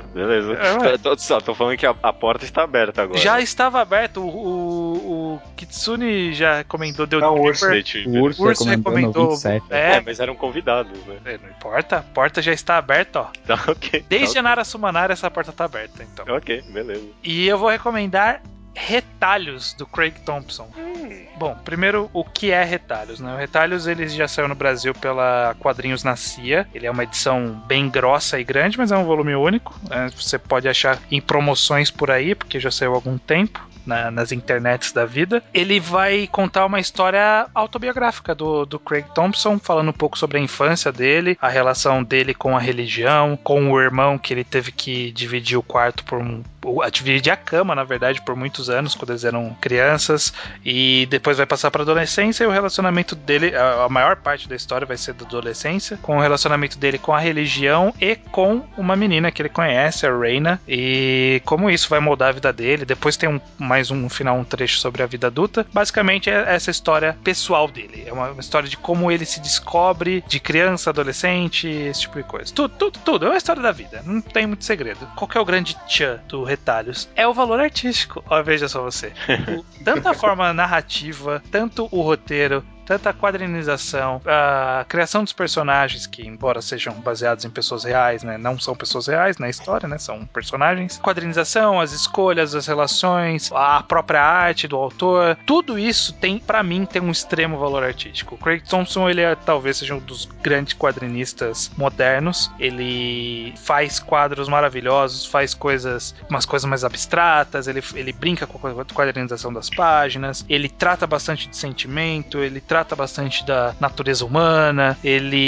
Tô falando que a porta está aberta agora. Já estava aberto. O Kitsune já recomendou The Não, Oath O Urso recomendou no 27. Mas eram convidados, né? Não importa, a porta já está aberta, ó. Tá, ok. Desde a Nara Sumanara essa porta tá aberta, então. Ok, beleza. E eu vou recomendar Retalhos, do Craig Thompson. Bom, primeiro, o que é Retalhos, né? O Retalhos, ele já saiu no Brasil pela Quadrinhos na CIA. Ele é uma edição bem grossa e grande, mas é um volume único, né? Você pode achar em promoções por aí, porque já saiu há algum tempo nas internets da vida. Ele vai contar uma história autobiográfica do Craig Thompson, falando um pouco sobre a infância dele, a relação dele com a religião, com o irmão que ele teve que dividir o quarto dividir a cama, na verdade, por muitos anos, quando eles eram crianças, e depois vai passar para a adolescência, e o relacionamento dele, a maior parte da história vai ser da adolescência, com o relacionamento dele com a religião e com uma menina que ele conhece, a Reina, e como isso vai moldar a vida dele. Depois tem mais um final, um trecho sobre a vida adulta. Basicamente é essa história pessoal dele, é uma história de como ele se descobre de criança, adolescente, esse tipo de coisa. Tudo, é uma história da vida, não tem muito segredo. Qual que é o grande tchan do Retalhos? É o valor artístico. Ó, veja só você. Tanto a forma narrativa, tanto o roteiro, tanto a quadrinização, a criação dos personagens, que embora sejam baseados em pessoas reais, né, não são pessoas reais na história, né, são personagens. Quadrinização, as escolhas, as relações, a própria arte do autor, tudo isso tem, pra mim, tem um extremo valor artístico. O Craig Thompson, ele talvez seja um dos grandes quadrinistas modernos. Ele faz quadros maravilhosos, faz umas coisas mais abstratas, ele brinca com a quadrinização das páginas, ele trata bastante de sentimento, ele trata bastante da natureza humana,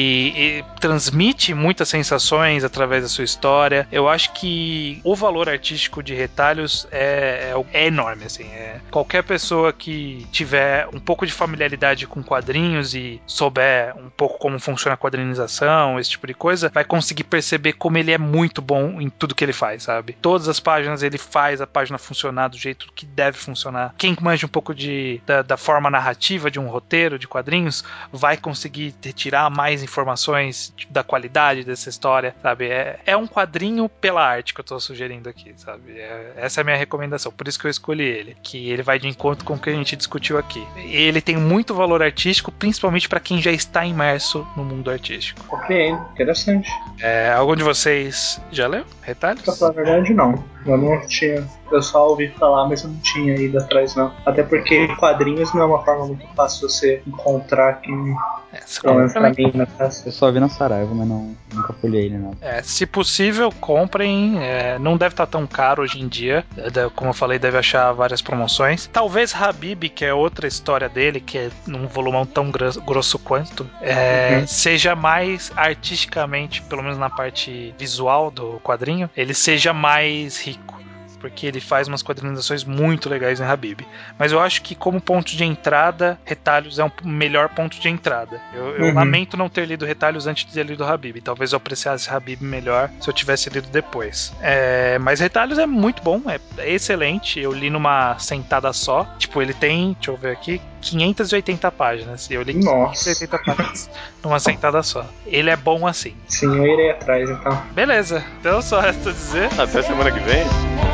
ele transmite muitas sensações através da sua história. Eu acho que o valor artístico de Retalhos é enorme, assim. Qualquer pessoa que tiver um pouco de familiaridade com quadrinhos e souber um pouco como funciona a quadrinização, esse tipo de coisa, vai conseguir perceber como ele é muito bom em tudo que ele faz, sabe? Todas as páginas ele faz a página funcionar do jeito que deve funcionar. Quem manja um pouco da forma narrativa de um roteiro de quadrinhos vai conseguir retirar mais informações da qualidade dessa história, sabe? É um quadrinho pela arte que eu tô sugerindo aqui, sabe? Essa é a minha recomendação, por isso que eu escolhi ele, que ele vai de encontro com o que a gente discutiu aqui. Ele tem muito valor artístico, principalmente para quem já está imerso no mundo artístico. Ok, interessante. Algum de vocês já leu Retalhos? Pra falar a verdade, não. Eu não tinha. Eu só ouvi falar, mas eu não tinha ido atrás, não. Até porque quadrinhos não é uma forma muito fácil de você encontrar aqui. Pelo menos pra mim, na casa. Eu só vi na Saraiva, mas nunca folhei ele, não. Se possível, comprem. Não deve estar tão caro hoje em dia. Como eu falei, deve achar várias promoções. Talvez Habib, que é outra história dele, que é num volumão tão grosso quanto, seja mais artisticamente, pelo menos na parte visual do quadrinho, ele seja mais rico, porque ele faz umas quadrinizações muito legais em Habib. Mas eu acho que como ponto de entrada, Retalhos é um melhor ponto de entrada. Eu lamento não ter lido Retalhos antes de ter lido Habib. Talvez eu apreciasse Habib melhor se eu tivesse lido depois. Mas Retalhos é muito bom, é excelente. Eu li numa sentada só. Tipo, ele tem, deixa eu ver aqui, 580 páginas. Eu li 580 páginas numa sentada só. Ele é bom assim. Sim, eu irei atrás, então. Beleza. Então só resta dizer... Até semana que vem.